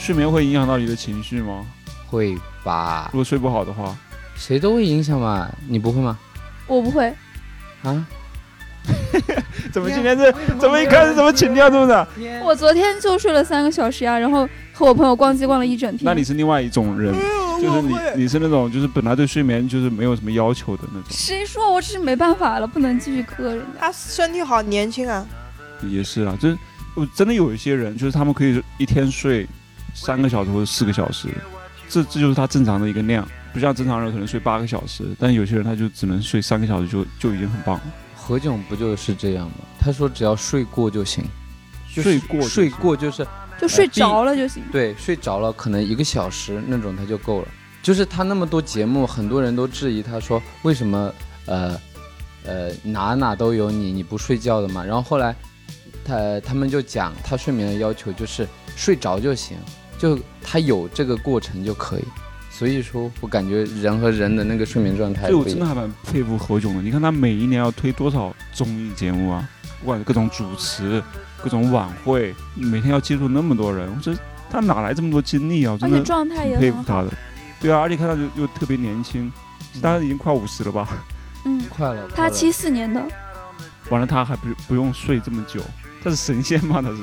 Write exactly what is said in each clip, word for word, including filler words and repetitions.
睡眠会影响到你的情绪吗？ 会吧。 如果睡不好的话， 谁都会影响吧？你不会吗？ 我不会。 啊？ 怎么今天这怎么一开始怎么情调这么的？ 我昨天就睡了三个小时呀，然后和我朋友逛街逛了一整天。 那你是另外一种人，嗯、就是你你是那种就是本来对睡眠就是没有什么要求的那种。 谁说我只是没办法了，不能继续磕人家？ 他身体好年轻啊。 也是啊，就是真的有一些人，就是他们可以一天睡三个小时或者四个小时，这这就是他正常的一个量。不像正常人可能睡八个小时，但有些人他就只能睡三个小时就就已经很棒了。 何炅不就是这样吗？他说只要睡过就行， 睡过睡过就是就睡着了就行、 呃。对，睡着了可能一个小时那种他就够了。就是他那么多节目，很多人都质疑他说为什么呃呃哪哪都有你，你不睡觉的嘛？然后后来他他们就讲他睡眠的要求就是睡着就行，就他有这个过程就可以。所以说我感觉人和人的那个睡眠状态不一样。 所以我真的还蛮佩服何炅的，你看他每一年要推多少综艺节目啊，不管各种主持各种晚会，每天要接触那么多人，我觉得他哪来这么多精力啊？真的而且状态也佩服他的。对啊，而且看到就又特别年轻，当然已经快五十了吧？ 嗯， 快了。 他七四年的， 完了他还不不用睡这么久，他是神仙吗？他是。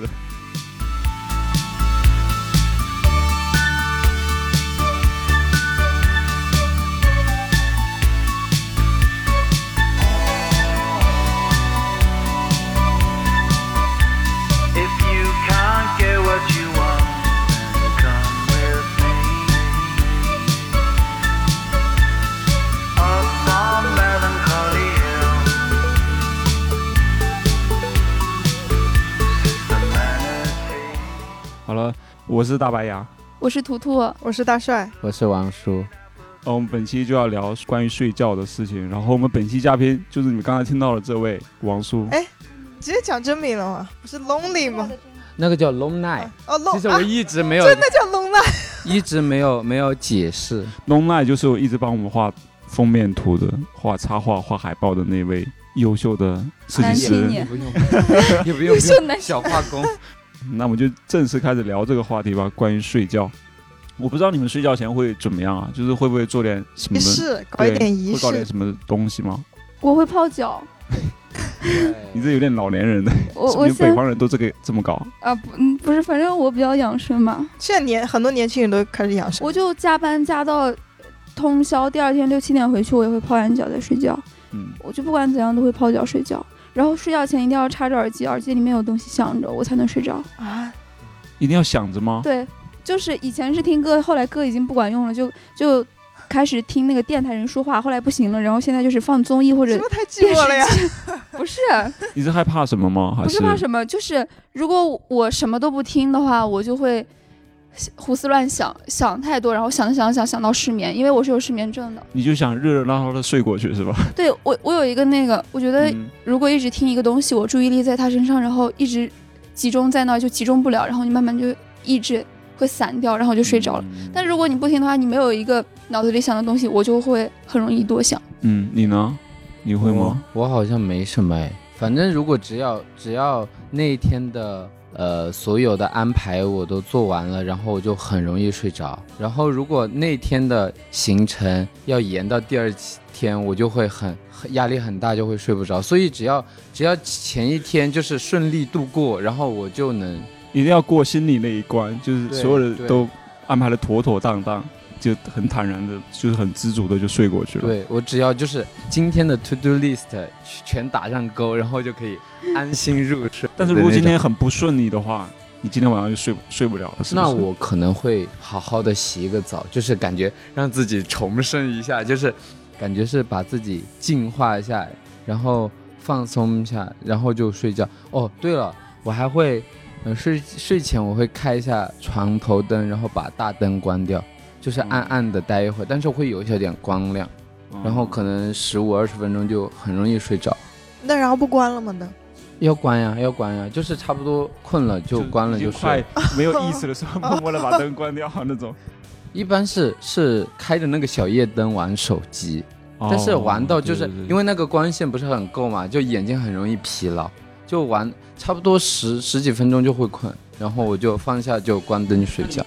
好了，我是大白牙， 我是图图， 我是大帅， 我是王叔。 呃，我们本期就要聊关于睡觉的事情，然后我们本期嘉宾就是你们刚才听到的这位王叔。 哎，直接讲真名了吗？不是 lonely 吗？ 那个叫 long night。 哦 ，long。 其实我一直没有， 啊、真的叫 long night， 一直没有没有解释。 long night 就是我一直帮我们画封面图的、画插画、画海报的那位优秀的设计师。 也不用，也不用小画工。 那我们就正式开始聊这个话题吧，关于睡觉。我不知道你们睡觉前会怎么样啊？就是会不会做点什么？ 仪式，搞一点仪式， 会搞点什么东西吗？ 我会泡脚。 你这有点老年人的， 我我北方人都这个这么搞啊？不，嗯，不是，反正我比较养生嘛。 现在年很多年轻人都开始养生。 我就加班加到通宵，第二天六七点回去，我也会泡完脚再睡觉。嗯，我就不管怎样都会泡脚睡觉。然后睡觉前一定要插着耳机，耳机里面有东西响着，我才能睡着啊！ 一定要响着吗？ 对，就是以前是听歌，后来歌已经不管用了，就就开始听那个电台人说话，后来不行了，然后现在就是放综艺或者什么太寂寞了呀？ 不是， 你是害怕什么吗？还是不是怕什么，就是如果我什么都不听的话，我就会胡思乱想，想太多，然后想想想想到失眠，因为我是有失眠症的。 你就想热热闹闹的睡过去是吧？ 对，我我有一个那个，我觉得如果一直听一个东西，我注意力在它身上，然后一直集中在那儿就集中不了，然后你慢慢就意志会散掉，然后就睡着了。嗯、但如果你不听的话，你没有一个脑子里想的东西，我就会很容易多想。 嗯，你呢？你会吗？ 我, 我好像没什么哎，反正如果只要只要那一天的。呃，所有的安排我都做完了，然后我就很容易睡着。然后如果那天的行程要延到第二天，我就会很压力很大，就会睡不着。所以只要只要前一天就是顺利度过，然后我就能一定要过心里那一关，就是所有人都安排的妥妥当当，就很坦然的，就是很知足的就睡过去了。 对，我只要就是今天的 to do list 全打上勾，然后就可以安心入睡。 但是如果今天很不顺利的话，你今天晚上就睡睡不了了，是不是？ 那我可能会好好的洗一个澡，就是感觉让自己重生一下，就是感觉是把自己净化一下，然后放松一下，然后就睡觉。哦，对了，我还会，呃、睡睡前我会开一下床头灯，然后把大灯关掉。就是暗暗的待一会儿，但是会有一些点光亮，嗯、然后可能十五二十分钟就很容易睡着。 那然后不关了吗？灯要关呀，要关呀，就是差不多困了就关了就睡。 快没有意识的时候，默默的把灯关掉那种。 一般是是开着那个小夜灯玩手机，哦、但是玩到就是对对对因为那个光线不是很够嘛，就眼睛很容易疲劳，就玩差不多十十几分钟就会困，然后我就放下就关灯睡觉。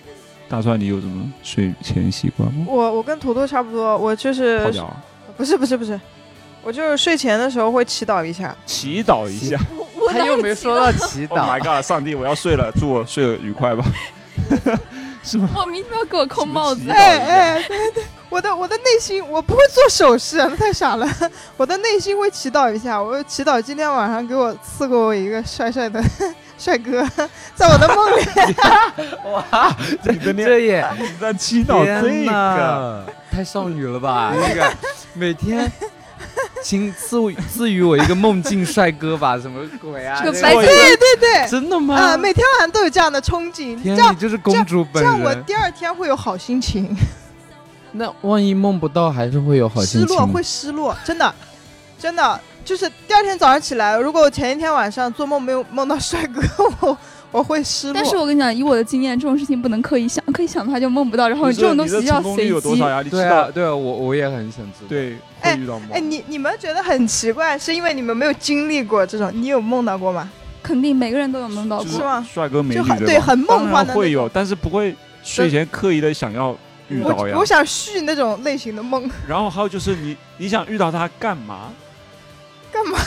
大川，你有什么睡前习惯吗？ 我我跟图图差不多，我就是泡脚， 不是不是不是，我就是睡前的时候会祈祷一下。 祈祷一下。 我他又没说到祈祷。 Oh my god！ 上帝，我要睡了，祝我睡得愉快吧。是吗？ 我明天要给我扣帽子。 哎哎，对对，我的我的内心，我不会做手势，那太傻了。我的内心会祈祷一下，我会祈祷今天晚上给我赐给我一个帅帅的帅哥，在我的梦里。 哇，这这也你在祈祷这个， 太少女了吧？那个每天。请赐赐予我一个梦境帅哥吧，什么鬼啊？ 这个白对对对， 真的吗？ 啊，每天晚上都有这样的憧憬， 天， 这样你就是公主本人， 这样我第二天会有好心情。 那万一梦不到，还是会有好心情？ 失落会失落，真的，真的，就是第二天早上起来，如果我前一天晚上做梦没有梦到帅哥，我我会失落。 但是我跟你讲，以我的经验，这种事情不能刻意想，刻意想的话就梦不到，然后这种东西要随机。 对啊，对啊，我我也很想知道。 对，会遇到梦。 哎，你你们觉得很奇怪，是因为你们没有经历过这种，你有梦到过吗？ 肯定每个人都有梦到过， 是吗？ 帅哥美女的， 对，很梦幻的会有，但是不会睡前刻意的想要遇到呀。 我, 我想续那种类型的梦。 然后还有就是你你想遇到他干嘛？ 干嘛？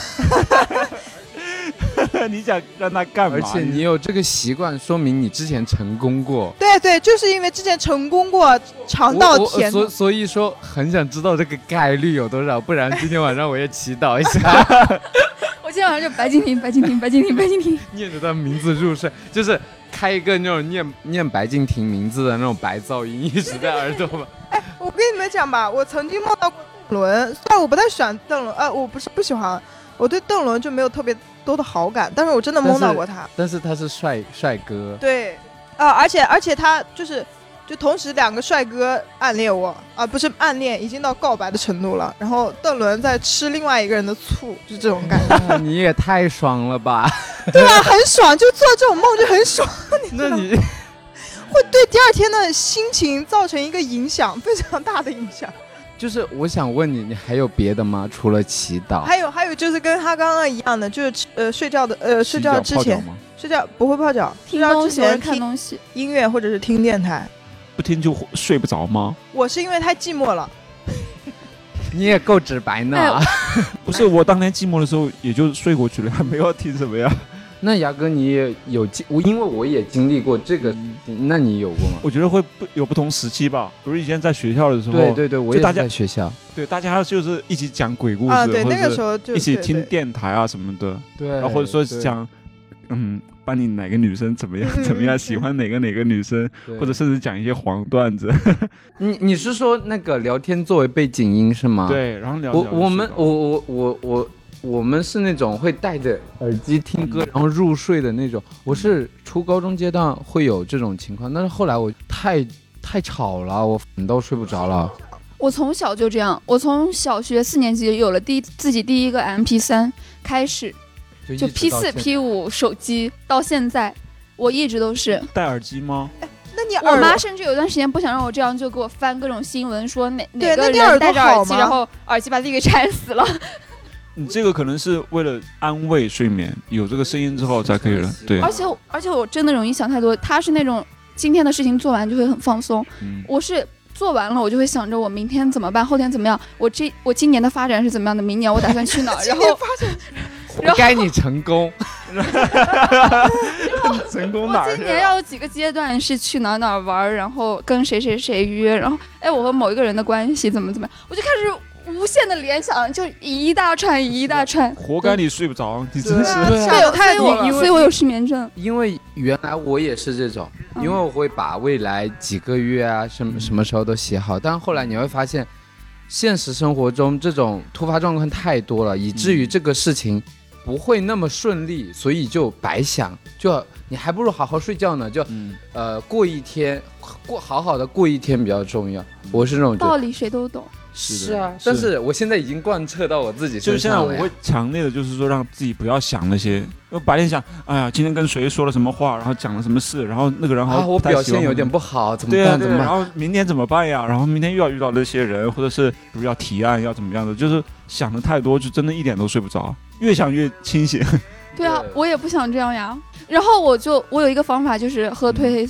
你想让他干嘛？ 而且你有这个习惯，说明你之前成功过。 对对，就是因为之前成功过，尝到甜。 所所以说很想知道这个概率有多少，不然今天晚上我也祈祷一下。 我今天晚上就白敬亭，白敬亭，白敬亭，白敬亭， 念着他名字入睡，就是开一个那种念念白敬亭名字的那种白噪音，一直在耳朵吧。 哎，我跟你们讲吧，我曾经梦到过邓伦，虽然我不太喜欢邓伦，呃，我不是不喜欢，我对邓伦就没有特别多的好感，但是我真的梦到过他。 但是, 但是他是帅帅哥。 对，啊、呃，而且而且他就是，就同时两个帅哥暗恋我，啊、呃，不是暗恋，已经到告白的程度了。然后邓伦在吃另外一个人的醋，就这种感觉。 你也太爽了吧？ 对啊，很爽，就做这种梦就很爽。你那你会对第二天的心情造成一个影响，非常大的影响。 就是我想问你，你还有别的吗？除了祈祷？ 还有还有就是跟他刚刚一样的，就是呃睡觉的呃睡觉之前睡觉不会泡脚，睡觉之前看东西、 音乐或者是听电台。 不听就睡不着吗？ 我是因为太寂寞了。 你也够直白呢、啊哎。 不是，我当年寂寞的时候也就睡过去了，还没有听什么呀。 那牙哥你也有经，因为我也经历过这个，嗯、那你有过吗？ 我觉得会不有不同时期吧，比如以前在学校的时候， 对对对，我也是在学校， 对大家就是一起讲鬼故事， 啊、对那个时候就一起听电台啊什么的， 对， 然后或者说讲，嗯，班里哪个女生怎么样怎么样，喜欢哪个哪个女生，或者甚至讲一些黄段子。 你你是说那个聊天作为背景音是吗？ 对，然后聊。 我我们我我我我。我们是那种会戴着耳机听歌然后入睡的那种，我是初高中阶段会有这种情况，但是后来我太太吵了，我反倒睡不着了。 我从小就这样，我从小学四年级有了第一自己第一个 M P 三 开始，就 P 四 P 五手机到现在，我一直都是戴耳机吗？ 那你我妈甚至有一段时间不想让我这样，就给我翻各种新闻，说哪哪个人戴着耳机，然后耳机把自己给缠死了。 你这个可能是为了安慰睡眠，有这个声音之后才可以了。对， 而且而且我真的容易想太多。他是那种今天的事情做完就会很放松，嗯、我是做完了我就会想着我明天怎么办，后天怎么样，我这我今年的发展是怎么样的，明年我打算去哪儿，然后活该你成功。 成功哪儿？ 我今年要有几个阶段是去哪儿哪儿玩，然后跟谁谁谁约，然后哎我和某一个人的关系怎么怎么样，我就开始。无限的联想，就一大串一大串， 活该你睡不着，你真是对有太多了，所以我有失眠症。 因为原来我也是这种，嗯、因为我会把未来几个月啊什么什么时候都写好，但是后来你会发现，现实生活中这种突发状况太多了，以至于这个事情不会那么顺利，所以就白想，就你还不如好好睡觉呢，就、嗯、呃过一天，过好好的过一天比较重要。我是这种道理谁都懂。 是啊，但是我现在已经贯彻到我自己身上了。 就现在我会强烈的，就是说让自己不要想那些，因为白天想，哎呀，今天跟谁说了什么话，然后讲了什么事，然后那个人好像、 啊、我表现有点不好，怎么办？ 对啊， 怎么办？ 然后明天怎么办呀？然后明天又要遇到那些人，或者是比如要提案要怎么样的，就是想的太多，就真的一点都睡不着，越想越清醒。 对啊，我也不想这样呀。然后我就我有一个方法，就是喝褪黑素。 褪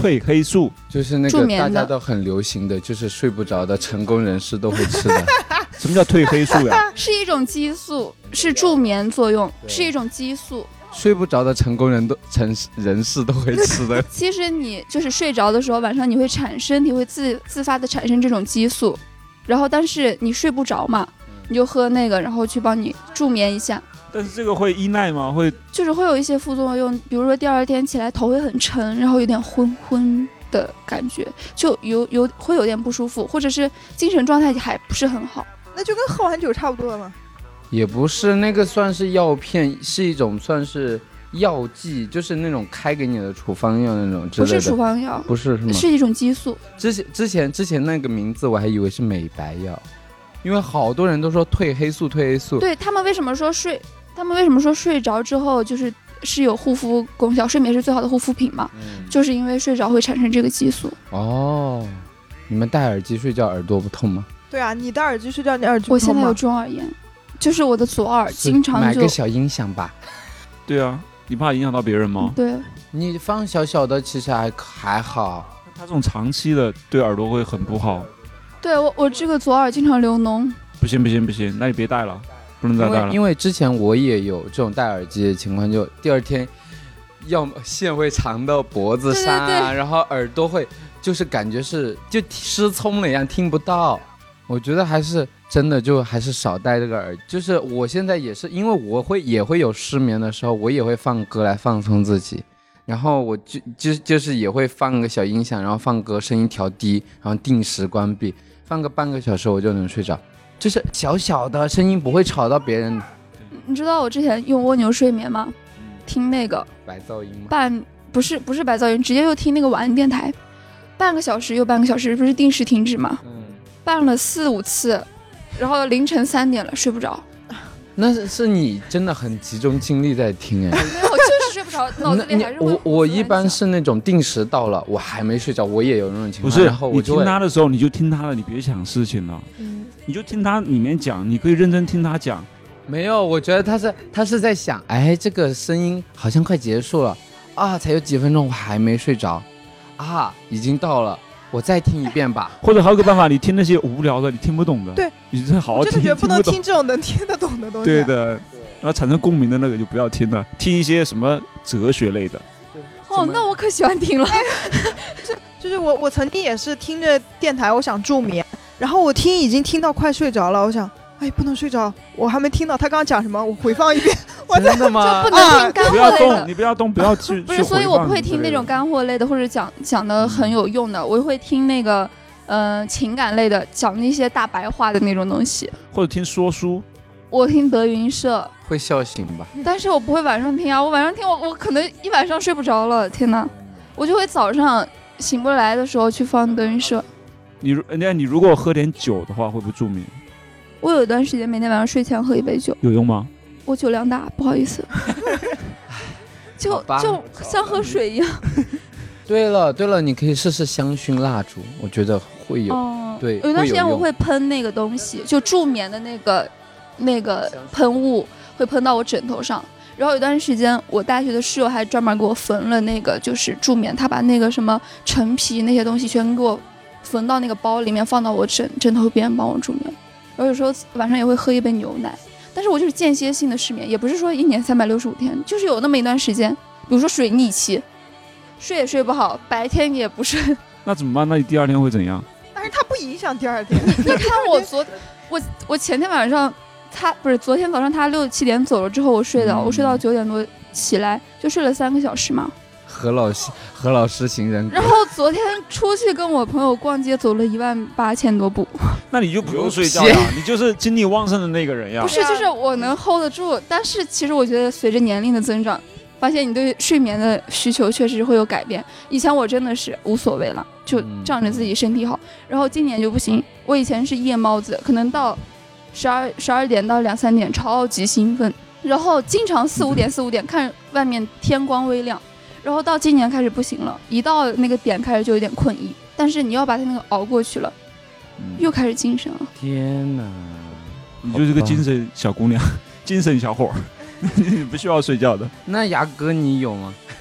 褪黑素， 就是那助眠的个大家都很流行的，就是睡不着的成功人士都会吃的。 什么叫褪黑素呀？ 是一种激素，是助眠作用， 对是一种激素。 睡不着的成功人都成人士都会吃的。 其实你就是睡着的时候，晚上你会产身体会自自发的产生这种激素，然后但是你睡不着嘛，你就喝那个，然后去帮你助眠一下。 但是这个会依赖吗？会就是会有一些副作用，比如说第二天起来头会很沉，然后有点昏昏的感觉，就有有会有点不舒服，或者是精神状态还不是很好。 那就跟喝完酒差不多了嘛。 也不是，那个算是药片，是一种算是药剂，就是那种开给你的处方药那种之类的。 不是处方药， 不是是吗？ 是一种激素。 之前之前之前那个名字我还以为是美白药，因为好多人都说褪黑素褪黑素。 对，他们为什么说睡？他们为什么说睡着之后就是是有护肤功效？睡眠是最好的护肤品嘛？ 嗯、 就是因为睡着会产生这个激素。 哦，你们戴耳机睡觉耳朵不痛吗？ 对啊，你戴耳机睡觉，你耳机不痛吗？ 我现在有中耳炎，就是我的左耳经常就买个小音响吧。 对啊，你怕影响到别人吗？ 对， 你放小小的其实还还好。 它这种长期的对耳朵会很不好。 对我我这个左耳经常流脓。 不行不行不行，那你别戴了，不能再戴了。 因为因为之前我也有这种戴耳机的情况，就第二天要么线会长到脖子上啊， 对对对， 然后耳朵会就是感觉是就失聪了一样，听不到。我觉得还是真的就还是少戴这个耳，就是我现在也是，因为我会也会有失眠的时候，我也会放歌来放松自己，然后我就就就是也会放个小音响，然后放歌声音调低，然后定时关闭，放个半个小时我就能睡着，就是小小的声音不会吵到别人。 你知道我之前用蜗牛睡眠吗？听那个白噪音吗？ 半不是不是白噪音，直接就听那个晚安电台，半个小时又半个小时，不是定时停止吗？ 嗯。 办了四五次，然后凌晨三点了睡不着。 那是是你真的很集中精力在听哎。 没有，就是睡不着，脑子里还是会。 我我一般是那种定时到了，我还没睡着，我也有那种情况。 不是， 然后我就你听他的时候你就听他的，你别想事情了。嗯，你就听他里面讲，你可以认真听他讲。 没有，我觉得他是他是在想，哎，这个声音好像快结束了啊，才有几分钟，我还没睡着啊，已经到了。我再听一遍吧， 或者还有个办法，你听那些无聊的、你听不懂的， 对， 你再好好听。 我真的觉得不能听听这种能听得懂的东西。 对的，然后产生共鸣的那个就不要听了，听一些什么哲学类的。 哦，那我可喜欢听了。 就就是我我曾经也是听着电台，我想助眠，然后我听已经听到快睡着了，我想，哎，不能睡着，我还没听到他刚刚讲什么，我回放一遍。 真的吗？ 就不能听干货类的。 你不要动，不要去。 不是，所以我不会听那种干货类的，或者讲讲的很有用的，我会听那个。呃，情感类的，讲那些大白话的那种东西， 或者听说书。 我听德云社， 会笑醒吧？ 但是我不会晚上听啊，我晚上听我我可能一晚上睡不着了，天哪！我就会早上醒不来的时候去放德云社。 你那你如果喝点酒的话，会不会助眠？ 我有一段时间每天晚上睡前喝一杯酒。 有用吗？ 我酒量大，不好意思。就就像喝水一样。 对了对了，你可以试试香薰蜡烛，我觉得会有。哦、对， 有段时间我会喷那个东西，就助眠的那个那个喷雾，会喷到我枕头上。然后有段时间，我大学的室友还专门给我缝了那个，就是助眠，他把那个什么陈皮那些东西全给我缝到那个包里面，放到我枕枕头边帮我助眠。然后有时候晚上也会喝一杯牛奶，但是我就是间歇性的失眠，也不是说一年三百六十五天，就是有那么一段时间，比如说水逆期。睡也睡不好，白天也不睡， 那怎么办？那你第二天会怎样？ 但是它不影响第二天。 你看我昨我我前天晚上，他不是昨天早上他六七点走了之后我睡的，嗯、我睡到九点多起来，就睡了三个小时嘛。 何老师何老师型人格。 然后昨天出去跟我朋友逛街，走了一万八千多步。 那你就不用睡觉呀，你就是精力旺盛的那个人呀。 不是，就是我能 hold 得住，但是其实我觉得随着年龄的增长。发现你对睡眠的需求确实会有改变。以前我真的是无所谓了，就仗着自己身体好。然后今年就不行，我以前是夜猫子，可能到十二十二点到两三点超级兴奋，然后经常四五点四五点看外面天光微亮。然后到今年开始不行了，一到那个点开始就有点困意，但是你要把它那个熬过去了，又开始精神了。 天哪， 你就是个精神小姑娘，精神小伙。你不需要睡觉的。 那牙哥你有吗？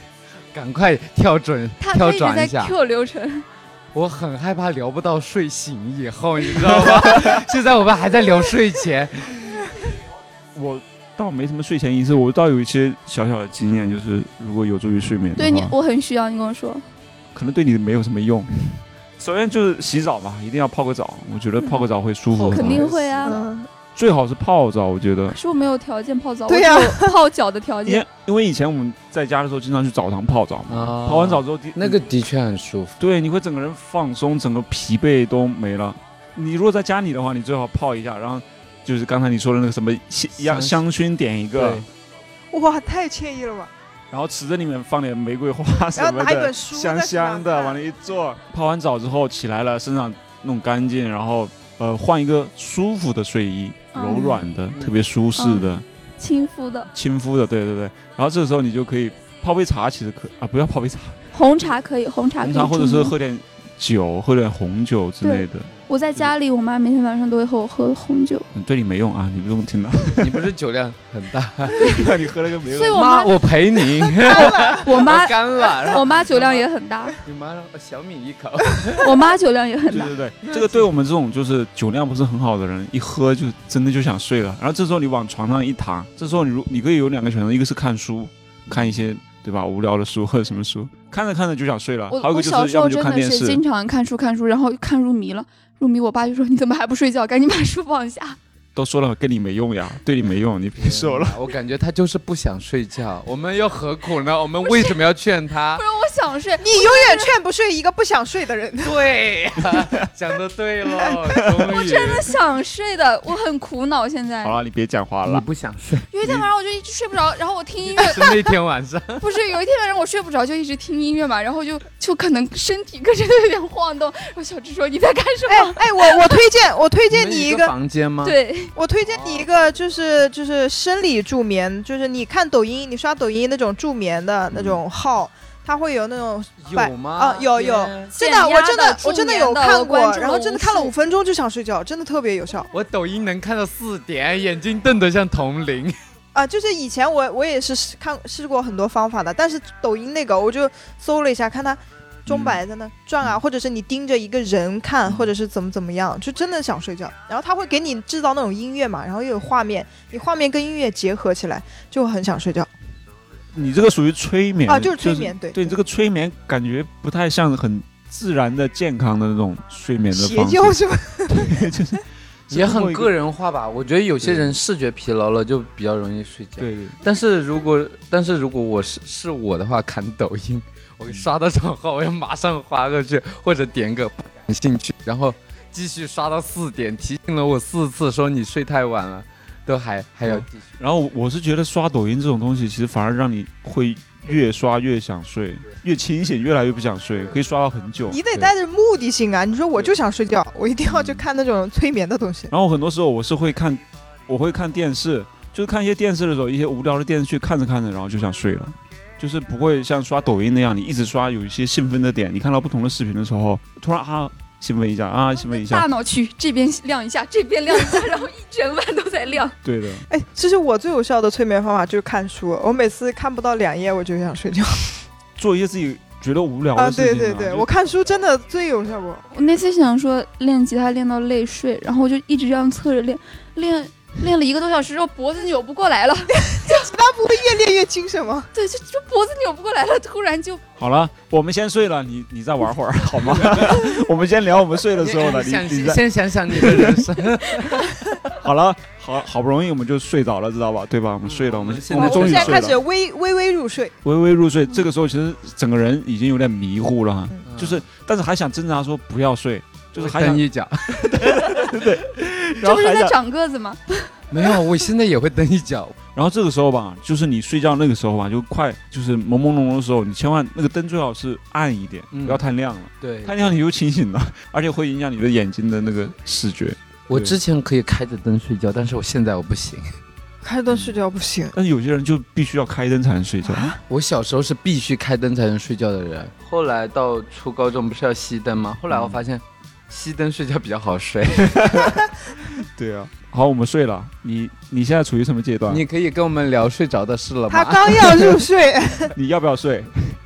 赶快跳准跳他一直在转一下。 Q 流程。 我很害怕聊不到睡醒以后，你知道吗？现在我们还在聊睡前。 我倒没什么睡前仪式，我倒有一些小小的经验，就是如果有助于睡眠的话， 对你，我很需要你跟我说。 可能对你没有什么用。首先就是洗澡嘛，一定要泡个澡，我觉得泡个澡会舒服很多。 肯定会啊， 嗯， 最好是泡澡，我觉得可。是我没有条件泡澡， 对呀我只有泡脚的条因件。 因为以前我们在家的时候经常去澡堂泡澡嘛， 啊泡完澡之后第那个的确很舒服。 对，你会整个人放松，整个疲惫都没了。你如果在家里的话，你最好泡一下，然后就是刚才你说的那个什么香香薰点一个， 哇，太惬意了吧！ 然后池子里面放点玫瑰花什然后么的， 拿一本书香香的，往那一坐。泡完澡之后起来了，身上弄干净，然后呃换一个舒服的睡衣， 嗯柔软的， 嗯特别舒适的， 亲肤的亲肤的，对对对。然后这个时候你就可以泡杯茶，其实可啊不要泡杯茶， 红茶可以，红茶可以红茶或者是助眠喝点酒，喝点红酒之类的。 我在家里，我妈每天晚上都会和我喝红酒， 嗯对你没用啊，你不用听到。 你不是酒量很大？ 你喝了个没用。 所以我妈， 妈我陪你。 我妈干了，然后我妈酒量也很大， 你妈让小抿一口。 我妈酒量也很大。 对对对，这个对我们这种就是酒量不是很好的人，一喝就真的就想睡了。然后这时候你往床上一躺，这时候你如你可以有两个选择，一个是看书，看一些对吧无聊的书或者什么书，看着看着就想睡了。 我还有一个就我小时候是要么就真的是看电视。 经常看书看书，然后看入迷了，入迷我爸就说你怎么还不睡觉，赶紧把书放下。 都说了跟你没用呀，对你没用，你别说了。 我感觉他就是不想睡觉，我们又何苦呢？我们为什么要劝他不？是我想睡， 你永远劝不睡一个不想睡的人。 对，讲的对喽，终于。 真的想睡的，我很苦恼现在好。了，你别讲话你了。 不想睡， 有一天晚上我就一直睡不着，然后我听音乐， 是那天晚上。 不是有一天晚上我睡不着，就一直听音乐嘛，然后就就可能身体跟着都有点晃动。然后小智说你在干什么？ 哎哎，我我推荐我推荐你一一个， 房间吗？， 对， 我推荐你一个，就是就是生理助眠，就是你看抖音，你刷抖音那种助眠的那种号，它会有那种有吗？ 啊有有天真的，我真的助我真的眠的有看过， 我关注了然后真的无数看了五分钟就想睡觉，真的特别有效我抖音能看到四点，眼睛瞪得像铜铃。 啊！就是以前我我也是试看试过很多方法的，但是抖音那个我就搜了一下，看它钟摆在那转啊，或者是你盯着一个人看，或者是怎么怎么样，就真的想睡觉。然后它会给你制造那种音乐嘛，然后又有画面，你画面跟音乐结合起来，就很想睡觉你这个属于催眠啊，就是催眠，对对，你这个催眠感觉不太像很自然的、健康的那种睡眠的邪方式。 教是吧？ 对，就是也很个人化吧。我觉得有些人视觉疲劳了就比较容易睡觉。 对对。 但是如果但是如果我是是我的话，看抖音，我刷到账号，我要马上划过去，或者点个不感兴趣，然后继续刷到四点，提醒了我四次，说你睡太晚了，都还还要继续。 然后我是觉得刷抖音这种东西，其实反而让你会越刷越想睡，越清醒，越来越不想睡，可以刷到很久。 你得对带着目的性啊！你说我就想睡觉，我一定要去看那种催眠的东西。 然后很多时候我是会看，我会看电视，就是看一些电视的时候，一些无聊的电视剧看着看着，然后就想睡了。就是不会像刷抖音那样，你一直刷有一些兴奋的点，你看到不同的视频的时候，突然啊兴奋一下啊兴奋一下， 大脑区这边亮一下，这边亮一下，然后一整晚都在亮。 对的。 哎，其实我最有效的催眠方法就是看书，我每次看不到两页我就想睡觉做一些自己觉得无聊啊！ 的事情、啊。 对对对， 就我看书真的最有效果。 我那次想说练吉他练到累睡，然后我就一直这样侧着练，练练了一个多小时之后脖子扭不过来了。 他不会越练越精神吗？ 对，就就脖子扭不过来了，突然就好了，我们先睡了，你你再玩会儿好吗？我们先聊我们睡的时候了，你想你再先想想你的人生。 好了，好好不容易我们就睡着了，知道吧？对吧？我们睡了，我们现在我们终于睡现在开始了， 微微微入睡， 微微入睡。这个时候其实整个人已经有点迷糊了哈， 嗯就是但是还想挣扎说不要睡，就是还想蹬一脚。 然这不是在后还想， 长个子吗？ 没有，我现在也会蹬一脚。 然后这个时候吧，就是你睡觉那个时候吧，就快就是朦朦胧胧的时候，你千万那个灯最好是暗一点， 嗯不要太亮了， 对， 太亮你就清醒了，而且会影响你的眼睛的那个视觉。 我之前可以开着灯睡觉，但是我现在我不行。 开灯睡觉不行。 但是有些人就必须要开灯才能睡觉。 我小时候是必须开灯才能睡觉的人，后来到初高中不是要熄灯吗？后来我发现熄灯睡觉比较好睡。 对啊，好，我们睡了。你你现在处于什么阶段？ 你可以跟我们聊睡着的事了吗？ 他刚要入睡， 你要不要睡？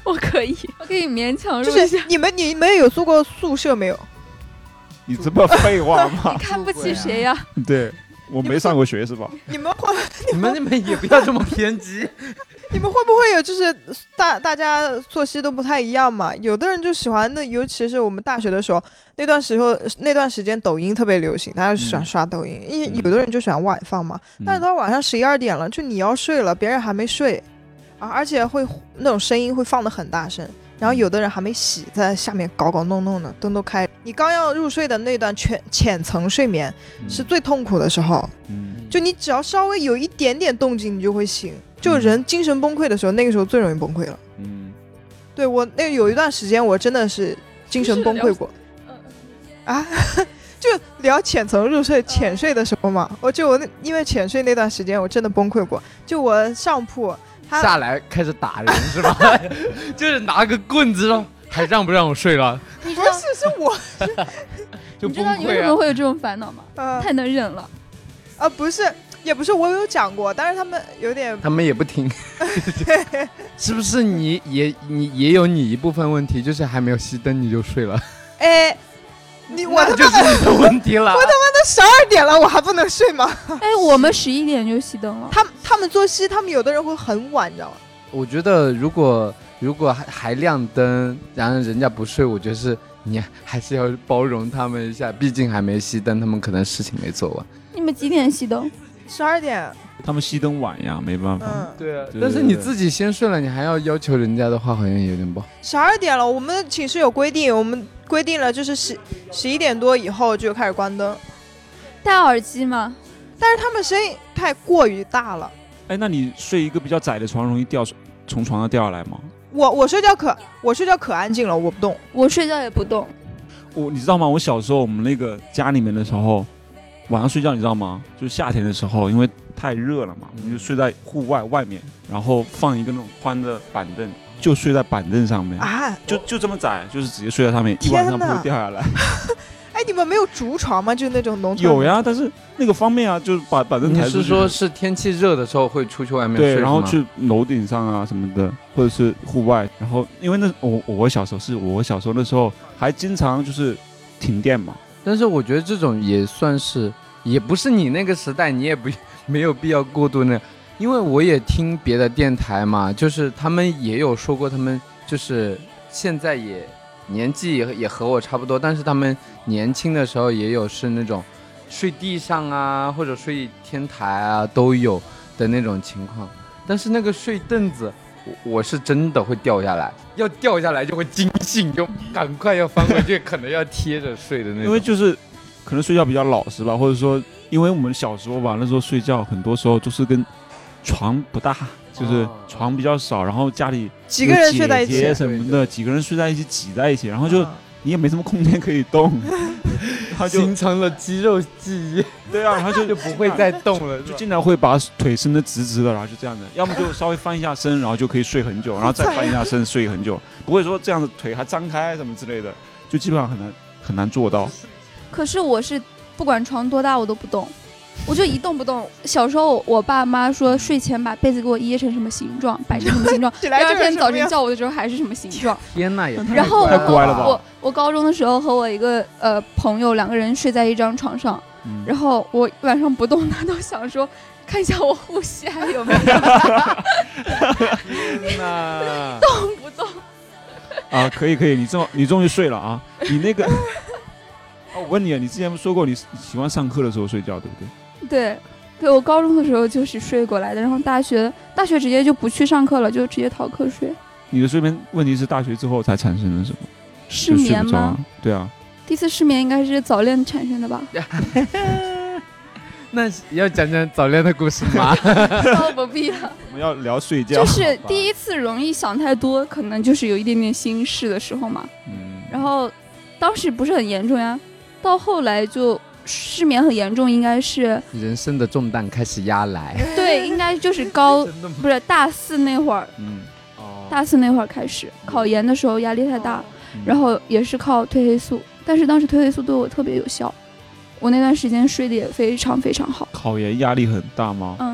我可以，我可以勉强入就下。 是你们你们有住过宿舍没有？ 你这么废话吗？ 看不起谁呀、 啊？对，我没上过学是吧？ 你们会你们你们也不要这么偏激。 你们会不会有就是大大家作息都不太一样嘛？有的人就喜欢那，尤其是我们大学的时候那段时候那段时间抖音特别流行，大家就喜欢刷抖音。因为、嗯、有的人就喜欢晚放嘛，嗯、但是到晚上十一二点了，就你要睡了，别人还没睡啊，而且会那种声音会放得很大声。然后有的人还没洗，在下面搞搞弄弄的，灯都开。你刚要入睡的那段浅浅层睡眠、嗯、是最痛苦的时候、嗯、就你只要稍微有一点点动静你就会醒，就人精神崩溃的时候、嗯、那个时候最容易崩溃了。嗯，对，我那有一段时间我真的是精神崩溃过啊就聊浅层入睡浅睡的时候嘛，我就我那因为浅睡那段时间我真的崩溃过，就我上铺下来开始打人是吧？就是拿个棍子说还让不让我睡了？ 你知道不是是我就崩溃、啊、 你知道你为什么会有这种烦恼吗？呃、太能忍了啊！不是也不是，我有讲过，但是他们有点他们也不听是不是你也你也有你一部分问题，就是还没有熄灯你就睡了？ 哎，你我他妈就是你的问题了。 我他妈的十二点了我还不能睡吗？ 哎，我们十一点就熄灯了。 他们他们作息，他们有的人会很晚，你知道吗？ 我觉得如果如果还还亮灯，然后人家不睡，我觉得是你还是要包容他们一下，毕竟还没熄灯，他们可能事情没做完。 你们几点熄灯？ 十二点。 他们熄灯晚呀，没办法。 嗯， 对啊。但是你自己先睡了，你还要要求人家的话，好像有点不好。 十二点了，我们寝室有规定，我们规定了就是十十一点多以后就开始关灯。 戴耳机吗？ 但是他们声音太过于大了。 哎，那你睡一个比较窄的床，容易掉从床上掉下来吗？ 我我睡觉可我睡觉可安静了，我不动。 我睡觉也不动。 我你知道吗？我小时候我们那个家里面的时候，晚上睡觉你知道吗？就是夏天的时候，因为太热了嘛，我们就睡在户外外面，然后放一个那种宽的板凳，就睡在板凳上面啊，就就这么窄，就是直接睡在上面，一晚上不会掉下来。 哎，你们没有竹床吗？就是那种农村有呀，但是那个方面啊，就是把板凳抬出去。 你是说是天气热的时候会出去外面睡？ 对，然后去楼顶上啊什么的，或者是户外。然后因为那我我小时候是我小时候那时候还经常就是停电嘛。 但是我觉得这种也算是，也不是你那个时代，你也不没有必要过度那，因为我也听别的电台嘛，就是他们也有说过，他们就是现在也。年纪也也和我差不多，但是他们年轻的时候也有是那种睡地上啊，或者睡天台啊都有的那种情况。但是那个睡凳子，我, 我是真的会掉下来，要掉下来就会惊醒，就赶快要翻回去，可能要贴着睡的那种。 因为就是可能睡觉比较老实吧，或者说因为我们小时候吧，那时候睡觉很多时候都是跟床不大。就是床比较少，然后家里几个人睡在一起什么的，几个人睡在一起挤在一起，然后就你也没什么空间可以动， 他就形成了肌肉记忆。 对啊，然后就就不会再动了， 就经常会把腿伸得直直的，然后就这样的，要么就稍微翻一下身，然后就可以睡很久，然后再翻一下身睡很久，不会说这样子腿还张开什么之类的，就基本上很难很难做到。 可是我是不管床多大我都不动。我就一动不动。小时候我爸妈说睡前把被子给我掖成什么形状，摆成什么形状，第二天早晨叫我的时候还是什么形状。 天哪，也然后太乖了吧！ 我我高中的时候和我一个呃朋友两个人睡在一张床上，嗯、然后我晚上不动，他都想说看一下我呼吸还有没有。天哪，动不动？ 啊，可以可以，你终你终于睡了啊！你那个。哦，我问你啊，你之前说过你喜欢上课的时候睡觉，对不对？ 对，对我高中的时候就是睡过来的，然后大学大学直接就不去上课了，就直接逃课睡。 你的睡眠问题是大学之后才产生的什么？ 失眠吗？ 啊对啊。 第一次失眠应该是早恋产生的吧？ 那要讲讲早恋的故事吗？ 不必了。 我们要聊睡觉。 就是第一次容易想太多，可能就是有一点点心事的时候嘛。嗯。然后当时不是很严重呀。到后来就失眠很严重，应该是人生的重担开始压来。 对，应该就是高不是大四那会儿，嗯，哦，大四那会儿开始考研的时候压力太大，嗯、然后也是靠褪黑素，但是当时褪黑素对我特别有效，我那段时间睡得也非常非常好。 考研压力很大吗？ 嗯，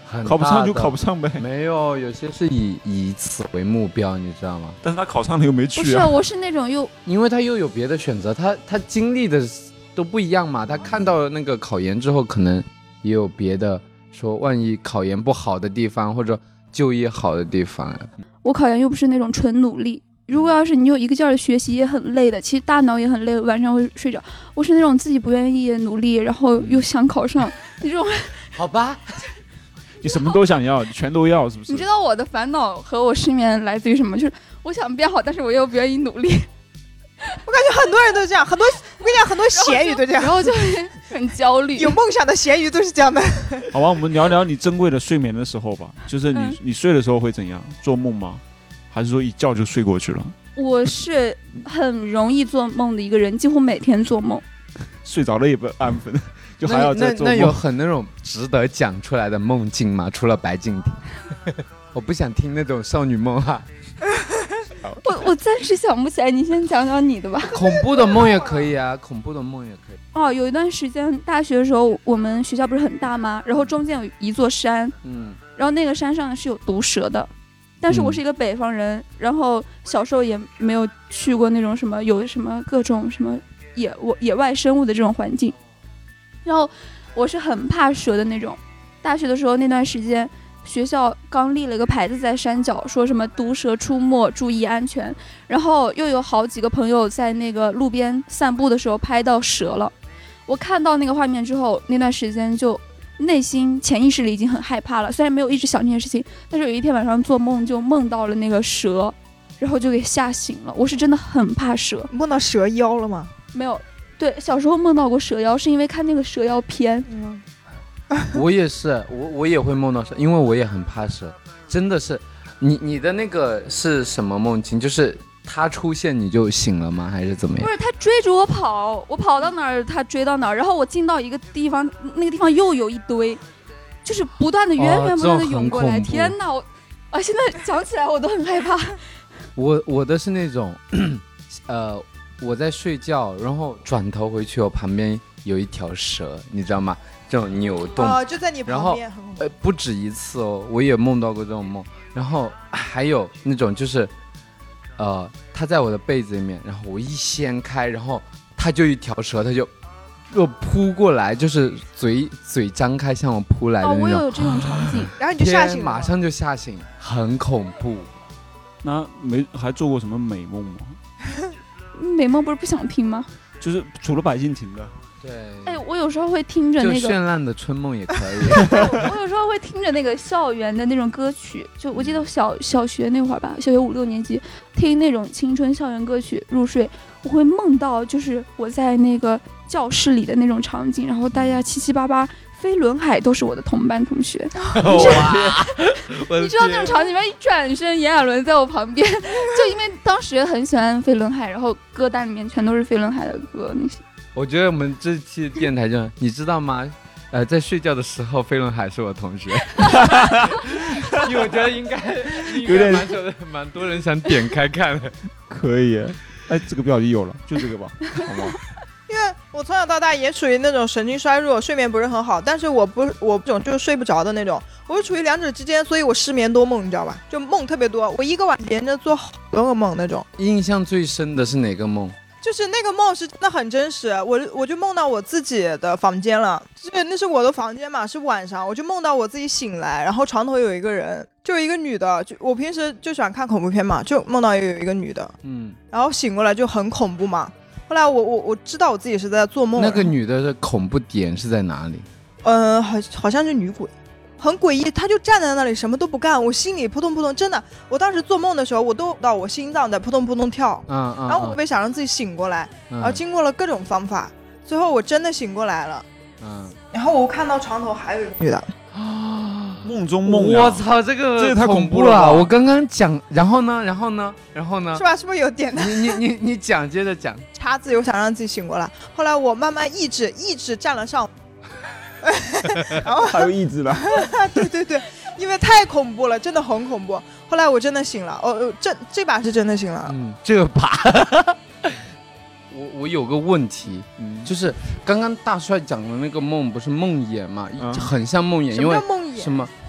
考不上就考不上呗。 没有，有些是以以此为目标，你知道吗？ 但是他考上了又没去啊。 不是，我是那种又， 因为他又有别的选择，他他经历的都不一样嘛。他看到了那个考研之后，可能也有别的，说万一考研不好的地方，或者就业好的地方。 我考研又不是那种纯努力。如果要是你有一个劲儿的学习，也很累的，其实大脑也很累，晚上会睡着。我是那种自己不愿意努力，然后又想考上那种。 好吧， 你什么都想要，全都要，是不是？ 你知道我的烦恼和我失眠来自于什么？就是我想变好，但是我又不愿意努力。 我感觉很多人都这样，很多我跟你讲，很多咸鱼都这样， 然后就会很焦虑。 有梦想的咸鱼都是这样的。 好吧，我们聊聊你珍贵的睡眠的时候吧，就是你、嗯、你睡的时候会怎样？做梦吗？还是说一觉就睡过去了？ 我是很容易做梦的一个人，几乎每天做梦。 睡着了也不安分，就还要再做梦。 那, 那, 那有很那种值得讲出来的梦境吗？除了白敬亭，我不想听那种少女梦哈、 啊。我我暂时想不起来，你先讲讲你的吧。 恐怖的梦也可以啊，恐怖的梦也可以。 哦，有一段时间大学的时候，我们学校不是很大吗？然后中间有一座山，嗯，然后那个山上是有毒蛇的。但是我是一个北方人、嗯，然后小时候也没有去过那种什么有什么各种什么野野外生物的这种环境，然后我是很怕蛇的那种。大学的时候那段时间，学校刚立了一个牌子在山脚，说什么毒蛇出没，注意安全。然后又有好几个朋友在那个路边散步的时候拍到蛇了。我看到那个画面之后，那段时间就。内心潜意识里已经很害怕了，虽然没有一直想这件事情，但是有一天晚上做梦就梦到了那个蛇，然后就给吓醒了。我是真的很怕蛇。 梦到蛇妖了吗？ 没有，对，小时候梦到过蛇妖，是因为看那个蛇妖片。 嗯， 我也是，我我也会梦到蛇，因为我也很怕蛇。真的是，你你的那个是什么梦境？就是他出现你就醒了吗？还是怎么样？ 不是，他追着我跑，我跑到哪儿他追到哪儿，然后我进到一个地方，那个地方又有一堆，就是不断的源源不断的涌过来。哦、天哪，我啊，现在讲起来我都很害怕。 我我的是那种，呃，我在睡觉，然后转头回去，我旁边有一条蛇，你知道吗？这种扭动， 哦，就在你旁边。 呃，不止一次哦，我也梦到过这种梦。然后还有那种就是。呃，它在我的被子里面，然后我一掀开，然后它就一条蛇，它就又扑过来，就是嘴嘴张开向我扑来的那种。 哦，我有这种场景， 然后你就吓醒了， 马上就吓醒，很恐怖。 那没还做过什么美梦吗？ 美梦不是不想听吗？ 就是除了白敬亭的。 对， 哎，我有时候会听着那个就绚烂的春梦也可以。 我有时候会听着那个校园的那种歌曲，就我记得小小学那会儿吧，小学五六年级听那种青春校园歌曲入睡，我会梦到就是我在那个教室里的那种场景，然后大家七七八八，飞轮海都是我的同班同学。你, 你知道那种场景吗？一转身，炎亚纶在我旁边，就因为当时很喜欢飞轮海，然后歌单里面全都是飞轮海的歌那些。 我觉得我们这期电台就你知道吗？呃，在睡觉的时候，飞轮海是我同学，因为我觉得应该有点蛮多蛮多人想点开看的。 可以，哎，这个标题有了，就这个吧，好吗？ 因为我从小到大也属于那种神经衰弱，睡眠不是很好，但是我不我这种就是睡不着的那种，我是处于两者之间，所以我失眠多梦，你知道吧？就梦特别多，我一个晚连着做好多个梦那种。 印象最深的是哪个梦？ 就是那个梦是真的很真实，我我就梦到我自己的房间了，是那是我的房间嘛，是晚上，我就梦到我自己醒来，然后床头有一个人，就一个女的，就我平时就喜欢看恐怖片嘛，就梦到有一个女的，嗯，然后醒过来就很恐怖嘛。后来我我我知道我自己是在做梦。 那个女的的恐怖点是在哪里？ 呃，好好像是女鬼。很诡异，他就站在那里什么都不干，我心里扑通扑通，真的，我当时做梦的时候，我都到我心脏在扑通扑通跳，嗯嗯，然后我特别想让自己醒过来，嗯，然后经过了各种方法，最后我真的醒过来了，嗯，然后我看到床头还有一个女的， 啊，梦中梦呀， 我操，这个这个太恐怖了， 我刚刚讲，然后呢，然后呢，然后呢， 是吧？是不是有点的？ 你你你你讲，接着讲， 插自由想让自己醒过来，后来我慢慢意志意志站了上。 然后还有意志了， 对对对，因为太恐怖了，真的很恐怖。后来我真的醒了，哦，这这把是真的醒了。 嗯，这把，我我有个问题，嗯，就是刚刚大帅讲的那个梦不是梦魇嘛，嗯，很像梦魇，因为梦魇什么？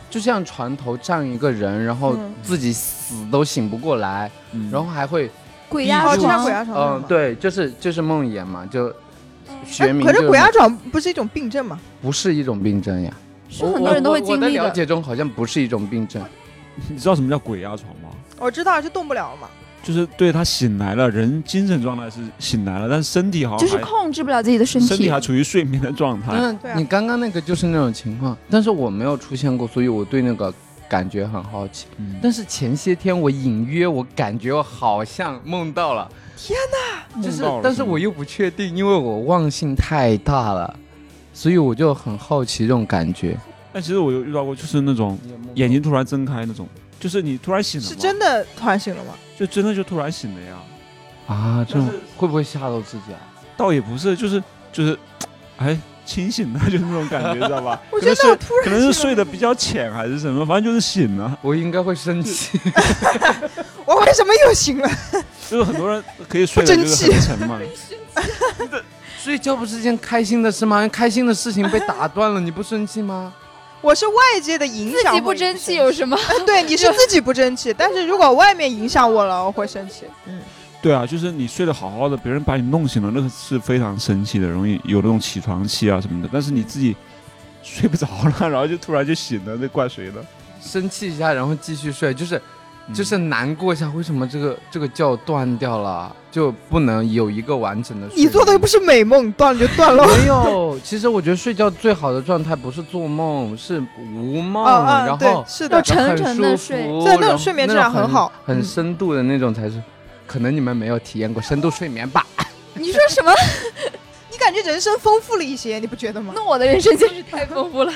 就像船头站一个人，然后自己死都醒不过来， 嗯、 然后还会鬼压床， 鬼压床， 嗯，对，就是就是梦魇嘛，就学名、 欸。可是鬼压床不是一种病症吗？ 不是一种病症呀， 是很多人都会经历的。 我的了解中好像不是一种病症。 你知道什么叫鬼压床吗？ 我知道，就动不了嘛。 就是对他醒来了，人精神状态是醒来了，但是身体好像就是控制不了自己的身体， 身体还处于睡眠的状态。 嗯，你刚刚那个就是那种情况，但是我没有出现过，所以我对那个感觉很好奇。嗯、但是前些天我隐约我感觉我好像梦到了， 天哪！ 就是，但是我又不确定，因为我忘性太大了，所以我就很好奇这种感觉。 但其实我有遇到过，就是那种眼睛突然睁开那种。就是你突然醒了吗？ 是真的突然醒了吗？ 就真的就突然醒了呀！ 啊，这种会不会吓到自己啊？ 倒也不是，就是就是，哎，清醒了，就是那种感觉，知道吧？ 我觉得我突然可能是睡得比较浅还是什么，反正就是醒了。 我应该会生气。 我为什么又醒了？ 就是很多人可以睡得就是很沉嘛。 睡觉不是件开心的事吗？开心的事情被打断了，你不生气吗？ 我是外界的影响， 自己不争气有什么？ 对，你是自己不争气，但是如果外面影响我了，我会生气。嗯， 对啊，就是你睡得好好的，别人把你弄醒了，那个是非常生气的，容易有那种起床气啊什么的。但是你自己睡不着了，然后就突然就醒了，那怪谁的？ 生气一下，然后继续睡，就是就是难过一下，为什么这个这个觉断掉了，就不能有一个完整的睡眠？ 你做的又不是美梦，断了就断了。 没有，其实我觉得睡觉最好的状态不是做梦，是无梦， 哦哦、 然后是的， 要沉沉的睡， 对，那种睡眠质量很好， 很, 很深度的那种才是。嗯、可能你们没有体验过深度睡眠吧？ 你说什么？ 你感觉人生丰富了一些，你不觉得吗？ 那我的人生简直太丰富了。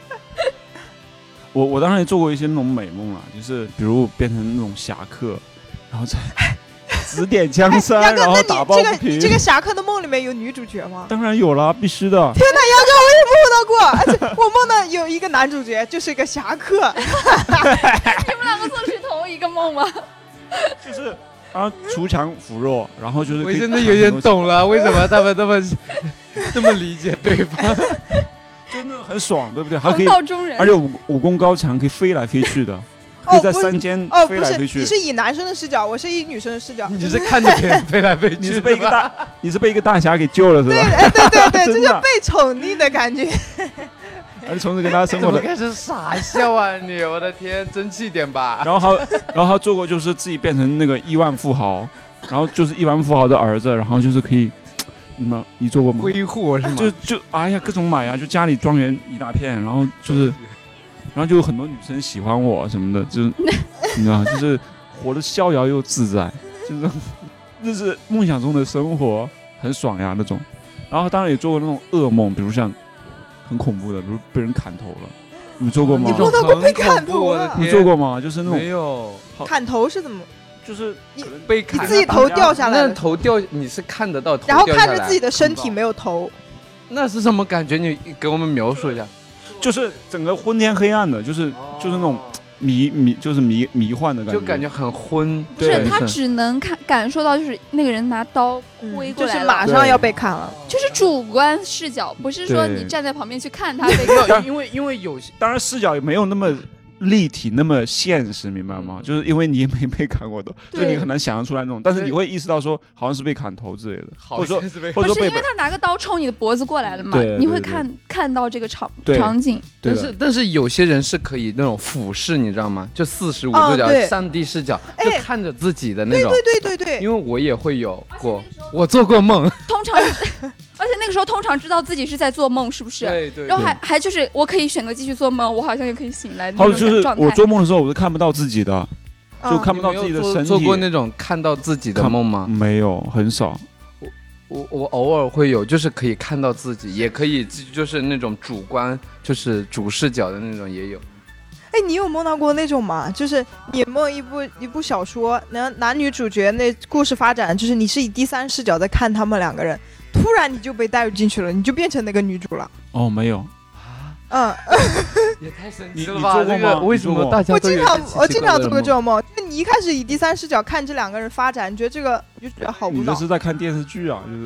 我我当然也做过一些那种美梦了，就是比如变成那种侠客，然后再指点江山， 哎、 然后打抱不平。 你这个侠客的梦里面有女主角吗？ 当然有了，必须的。 天哪，杨哥，我也梦到过，而且我梦到有一个男主角就是一个侠客。 你们两个做的是同一个梦吗？ 就是啊，锄强扶弱，然后就是我真的有点懂了，为什么他们这么这么理解对方。 真的很爽，对不对？还可以，而且武武功高强，可以飞来飞去的，可以在山间飞来飞去。 哦，不是，你是以男生的视角，我是以女生的视角。 你是看着别人飞来飞去， 你是被一个大，你是被一个大侠给救了，是吧？ 对对对对，这就被宠溺的感觉。 而且从此跟他生活的， 开始傻笑啊你！我的天，争气点吧。 然后他，然后他做过就是自己变成那个亿万富豪，然后就是亿万富豪的儿子，然后就是可以。你们你做过吗？ 挥霍是吗？ 就就哎呀，各种买呀，就家里庄园一大片，然后就是，然后就有很多女生喜欢我什么的，就是你知道，就是活得逍遥又自在，就是那是梦想中的生活，很爽呀那种。然后当然也做过那种噩梦，比如像很恐怖的，比如被人砍头了，你做过吗？ 你梦到过被砍头了？ 你做过吗？就是那种没有砍头是怎么？ 就是你被砍， 你自己头掉下来， 那头掉你是看得到头然后看着自己的身体没有头， 那是什么感觉？你给我们描述一下。 就是整个昏天黑暗的，就是、哦、就是那种迷迷，就是迷迷幻的感觉， 就感觉很昏。 不是，他只能看感受到，就是那个人拿刀挥过来、 嗯，就是马上要被砍了， 就是主观视角，不是说你站在旁边去看他被砍。因为因为有些， 当然视角也没有那么。立体那么现实，明白吗？就是因为你也没被砍过头，所以你很难想象出来那种。但是你会意识到说，好像是被砍头之类的，或者说，或者说不是因为他拿个刀冲你的脖子过来了嘛？你会看看到这个场场景。 但是但是有些人是可以那种俯视，你知道吗？就四十五度角、上帝视角，就看着自己的那种。 对对对对对。 因为我也会有过，我做过梦。 通常。而且那个时候通常知道自己是在做梦，是不是？ 对对。 然后还还就是我可以选择继续做梦，我好像也可以醒来。 还有就是我做梦的时候，我是看不到自己的，就看不到自己的身体。 做过那种看到自己的梦吗？ 没有，很少。 我我我偶尔会有，就是可以看到自己，也可以就是那种主观，就是主视角的那种也有。 哎，你有梦到过那种吗？就是你梦一部一部小说，男男女主角那故事发展，就是你是以第三视角在看他们两个人。突然你就被带入进去了，你就变成那个女主了。 哦，没有。 嗯， 也太神奇了吧！这个为什么大家我经常我经常做过这种梦，就你一开始以第三视角看这两个人发展，你觉得这个你就觉得好无脑。 你这是在看电视剧啊？就是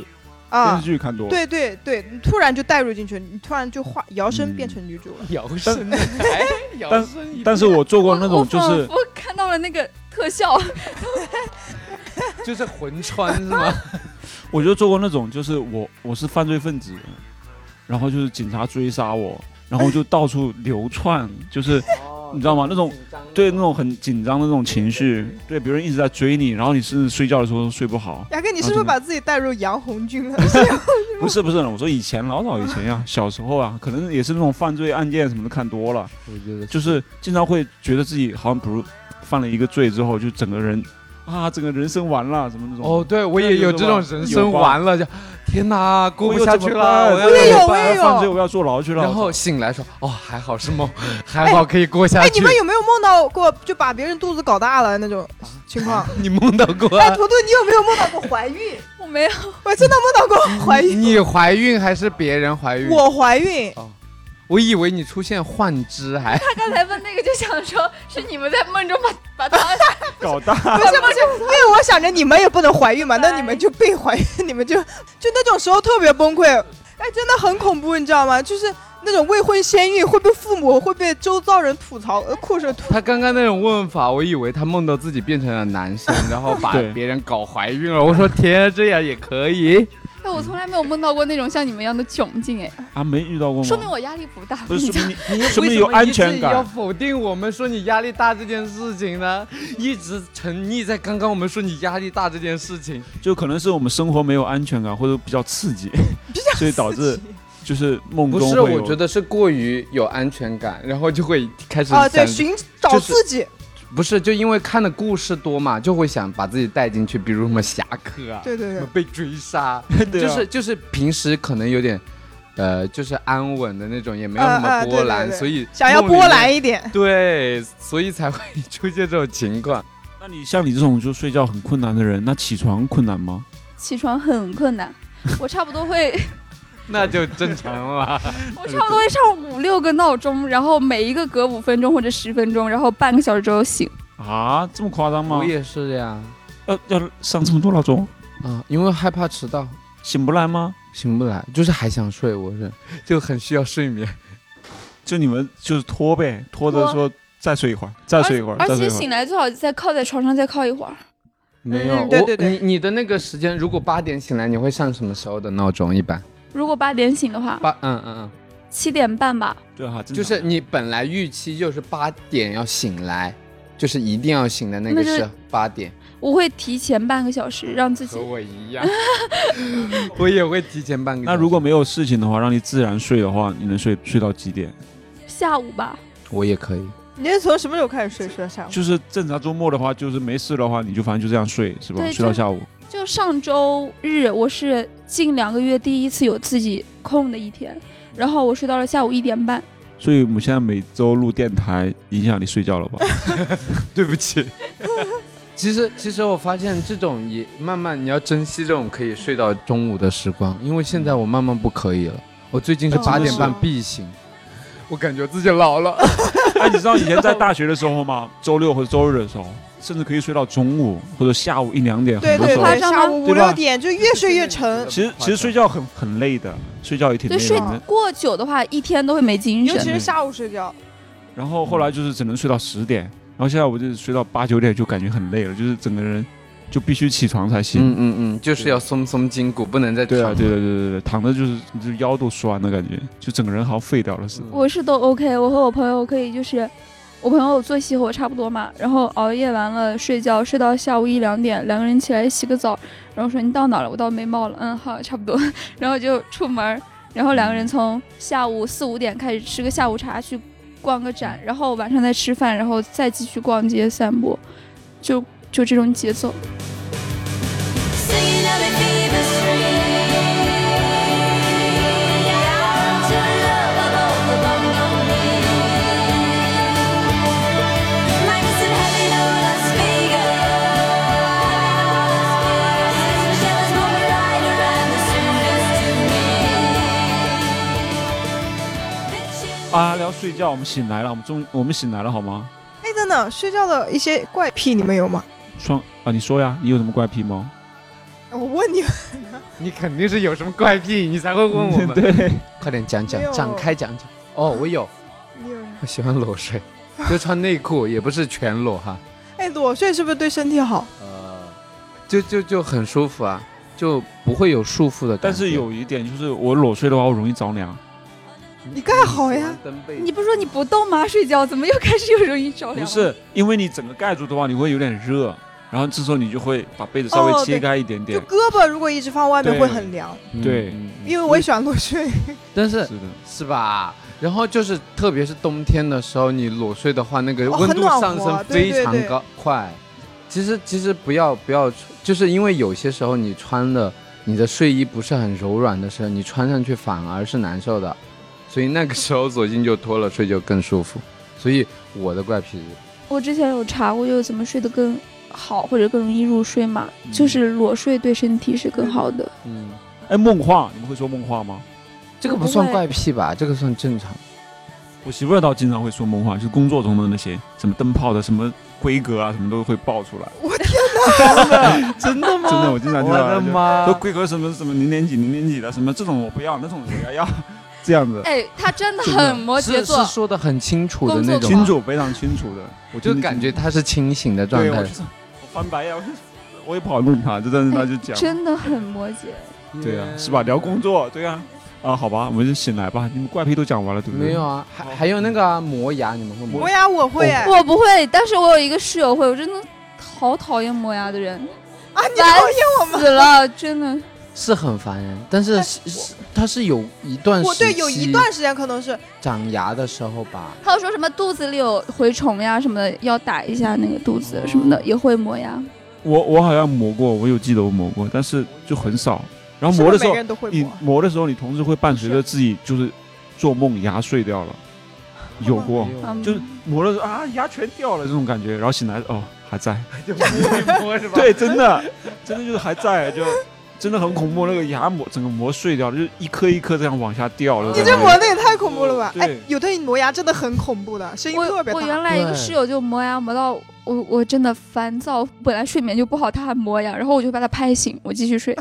啊电视剧看多了。 对对对，你突然就带入进去，你突然就化摇身变成女主了。 摇身的台，摇但身一但是我做过那我种就是仿佛看到了那个特效， 就是魂穿是吗？ 我就做过那种，就是我我是犯罪分子，然后就是警察追杀我，然后就到处流窜，就是你知道吗？那种对那种很紧张的那种情绪，对别人一直在追你，然后你甚至睡觉的时候都睡不好。 雅哥，你是不是把自己带入杨红军了？ 不是不是，我说以前老早以前呀，小时候啊，可能也是那种犯罪案件什么的看多了， 我觉得就是经常会觉得自己好像比如犯了一个罪之后，就整个人啊，整个人生完了什么那种。 哦，对我也有这种人生完了，就天哪，过不下去了， 我也有我也有犯罪，我要坐牢去了。 然后醒来说，哦，还好是梦，还好可以过下去。 哎，你们有没有梦到过就把别人肚子搞大了那种情况？ 你梦到过？ 哎，图图，你有没有梦到过怀孕？ 我没有， 我真的梦到过怀孕。 你怀孕还是别人怀孕？ 我怀孕。 哦，我以为你出现幻肢，还他刚才问那个就想说，是你们在梦中把把他搞大。 不是不是，因为我想着你们也不能怀孕嘛，那你们就被怀孕，你们就就那种时候特别崩溃，哎，真的很恐怖，你知道吗？就是那种未婚先孕会被父母会被周遭人吐槽，呃，酷是吐。 他刚刚那种问法，我以为他梦到自己变成了男生，然后把别人搞怀孕了。我说天，这样也可以。 哎，我从来没有梦到过那种像你们一样的窘境，哎， 啊，没遇到过吗？ 说明我压力不大。 不是，说明你你说明有安全感。 要否定我们说你压力大这件事情呢？一直沉溺在刚刚我们说你压力大这件事情， 就可能是我们生活没有安全感，或者比较刺激，所以导致就是梦中不是？ 会有我觉得是过于有安全感，然后就会开始啊，对， 想寻找自己。 不是，就因为看的故事多嘛，就会想把自己带进去，比如什么侠客啊， 对对对什么，被追杀， 对啊就是就是平时可能有点，呃，就是安稳的那种，也没有什么波澜， 啊啊对对对所以想要波澜一点。 对，所以才会出现这种情况。 那你像你这种就睡觉很困难的人，那起床困难吗？ 起床很困难，我差不多会， 那就正常了。 我差不多会上五六个闹钟，然后每一个隔五分钟或者十分钟，然后半个小时之后醒。 啊，这么夸张吗我？也是呀， 要要上这么多闹钟， 啊，因为害怕迟到， 醒不来吗？ 醒不来，就是还想睡，我是就很需要睡眠。 就你们就是拖呗，拖着说再睡一会儿，再睡一会儿， 而再睡一会儿。 且醒来最好再靠在床上再靠一会儿。 没有， 嗯对对对我你你的那个时间，如果八点醒来，你会上什么时候的闹钟？一般如果八点醒的话， 八嗯嗯嗯， 七点半吧。 对哈，正常就是你本来预期就是八点要醒来，就是一定要醒的那个那就是是八点， 我会提前半个小时让自己和。我一样，我也会提前半个小时。 那如果没有事情的话，让你自然睡的话，你能睡睡到几点？ 下午吧， 我也可以， 你是从什么时候开始睡？睡到下午？ 就是正常周末的话，就是没事的话，你就反正就这样睡，是吧？ 对睡到下午。 就上周日，我是近两个月第一次有自己空的一天，然后我睡到了下午一点半。 所以我们现在每周录电台，影响你睡觉了吧？ 对不起。其实，其实我发现这种也慢慢你要珍惜这种可以睡到中午的时光，因为现在我慢慢不可以了。我最近是八点半必醒，我感觉自己老了。 哎，你知道以前在大学的时候吗？周六或者周日的时候，甚至可以睡到中午或者下午一两点， 对对很多时候。 对，下午五对吧六点就越睡越沉， 其实其实睡觉很很累的，睡觉也挺对，睡累的。 过久的话，一天都会没精尤其神。 是下午睡觉。 然后后来就是只能睡到十点，然后现在我就睡到八九点，就感觉很累了，就是整个人就必须起床才行。 嗯嗯嗯，就是要松松筋骨，不能再对啊， 躺对对对对对，躺着就是就是腰都酸的感觉，就整个人好像废掉了似的。 我是都 OK，我和我朋友可以就是，我朋友作息和我差不多嘛，然后熬夜完了睡觉，睡到下午一两点，两个人起来洗个澡，然后说你到哪了？我到眉毛了，嗯好，差不多，然后就出门，然后两个人从下午四五点开始吃个下午茶，去逛个展，然后晚上再吃饭，然后再继续逛街散步，就就这种节奏。 啊，聊睡觉，我们醒来了，我们终我们醒来了，好吗？ 哎，等等，睡觉的一些怪癖你们有吗？ 双啊，你说呀，你有什么怪癖吗？ 我问你们， 你肯定是有什么怪癖，你才会问我们。 对， 快点讲讲， 没有展开讲讲。哦，我有， 你有我喜欢裸睡，就穿内裤，也不是全裸哈。 哎，裸睡是不是对身体好？ 呃，就就就很舒服啊，就不会有束缚的感觉。 但是有一点就是我裸睡的话，我容易着凉。 你盖好呀。 你不是说你不动吗？睡觉怎么又开始又容易着凉？ 不是，因为你整个盖住的话，你会有点热，然后这时候你就会把被子稍微切开一点点。 就胳膊如果一直放外面会很凉。 对， 因为我也喜欢裸睡。 但是是的， 是吧？然后就是特别是冬天的时候，你裸睡的话，那个温度上升非常高快。其实其实不要不要，就是因为有些时候你穿的你的睡衣不是很柔软的时候，你穿上去反而是难受的。所以那个时候索性就脱了睡就更舒服。所以我的怪癖， 我之前有查过，就怎么睡得更好或者更容易入睡嘛，嗯、就是裸睡对身体是更好的。 嗯， 哎，梦话，你们会说梦话吗？ 这个不算怪癖吧？这个算正常。 我媳妇儿倒经常会说梦话，就是工作中的那些什么灯泡的什么规格啊，什么都会爆出来。 我天哪！ 真的吗？ 真的，我经常听到。 我的妈！ 说规格什么什么零点几零点几的，什么这种我不要，那种我要要。这样子， 哎，他真的很摩羯座， 是是说的很清楚的那种， 清楚非常清楚的， 我就感觉他是清醒的状态。 我, 我翻白眼，我也不好弄他，就但是他就讲， 真的很摩羯。 对啊，是吧？聊工作，对啊，啊，好吧，我们就醒来吧。你们怪癖都讲完了，对不对？ 没有啊，还还有那个、啊、磨牙，你们会磨？ 磨牙我会、哎， 我不会，但是我有一个室友会，我真的好讨厌磨牙的人啊！你讨厌我吗？ 死了，真的。 是很烦人，但是是它是有一段时期， 我对有一段时间可能是长牙的时候吧。 还有说什么肚子里有蛔虫呀什么的，要打一下那个肚子什么的，也会磨牙。 我我好像磨过，我有记得我磨过，但是就很少。然后磨的时候，你磨的时候，你同时会伴随着自己就是做梦，牙碎掉了，有过，就是磨的时候啊，牙全掉了这种感觉，然后醒来哦还在， 就摸一摸是吧？ 对，真的真的就是还在就。真的很恐怖，那个牙磨整个磨碎掉了，就是一颗一颗这样往下掉了。 你这磨的也太恐怖了吧！哎，有的磨牙真的很恐怖的，声音特别大。 我原来一个室友就磨牙磨到我，我真的烦躁，本来睡眠就不好，他还磨牙，然后我就把他拍醒，我继续睡。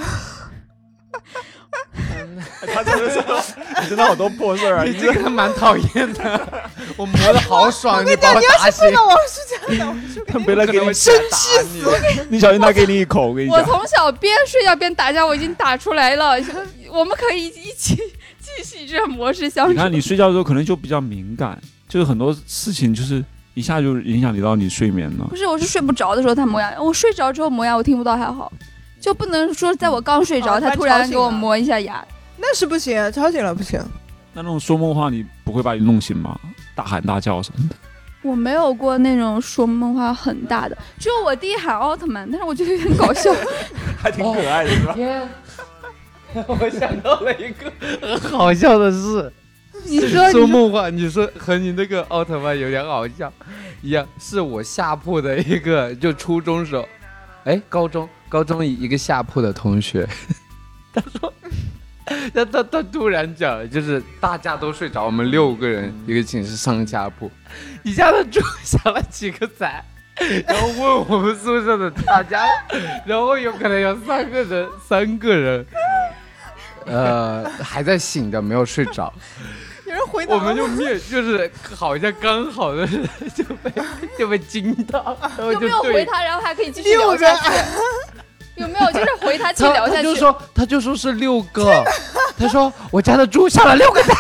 他真的是，你真的好多破事啊！ 你这个蛮讨厌的，我磨的好爽， 你把我打醒。 你要是王是这样的， 他没来给你生气死！ 你小心他给你一口，我跟你讲。 我从小边睡觉边打架，我已经打出来了。我们可以一起继续这种模式相处。 你看你睡觉的时候可能就比较敏感，就是很多事情就是一下就影响你到你睡眠了。 不是，我是睡不着的时候他磨牙，我睡着之后磨牙我听不到还好，就不能说在我刚睡着、哦、他突然给我磨一下牙。 那是不行，吵醒了不行。 那那种说梦话，你不会把你弄醒吗？大喊大叫什么的？ 我没有过那种说梦话很大的，只有我弟喊奥特曼，但是我觉得有点搞笑， 还挺可爱的，是吧？ 天，我想到了一个很好笑的事。 你说说梦话，你说和你那个奥特曼有点好笑一样，是我下铺的一个，就初中时候，哎，高中高中一个下铺的同学，他说。他他他突然讲，就是大家都睡着，我们六个人一个寝室上下铺，一下子住下了几个仔，然后问我们宿舍的大家，然后有可能有三个人，三个人，呃，还在醒的，没有睡着。 有人回答， 我们就面就是好像刚好的就被就被惊到，然后就没有回他，然后还可以继续聊下去。有没有就是回他继续聊下去？他就说他就说是六个，他说我家的猪下了六个蛋，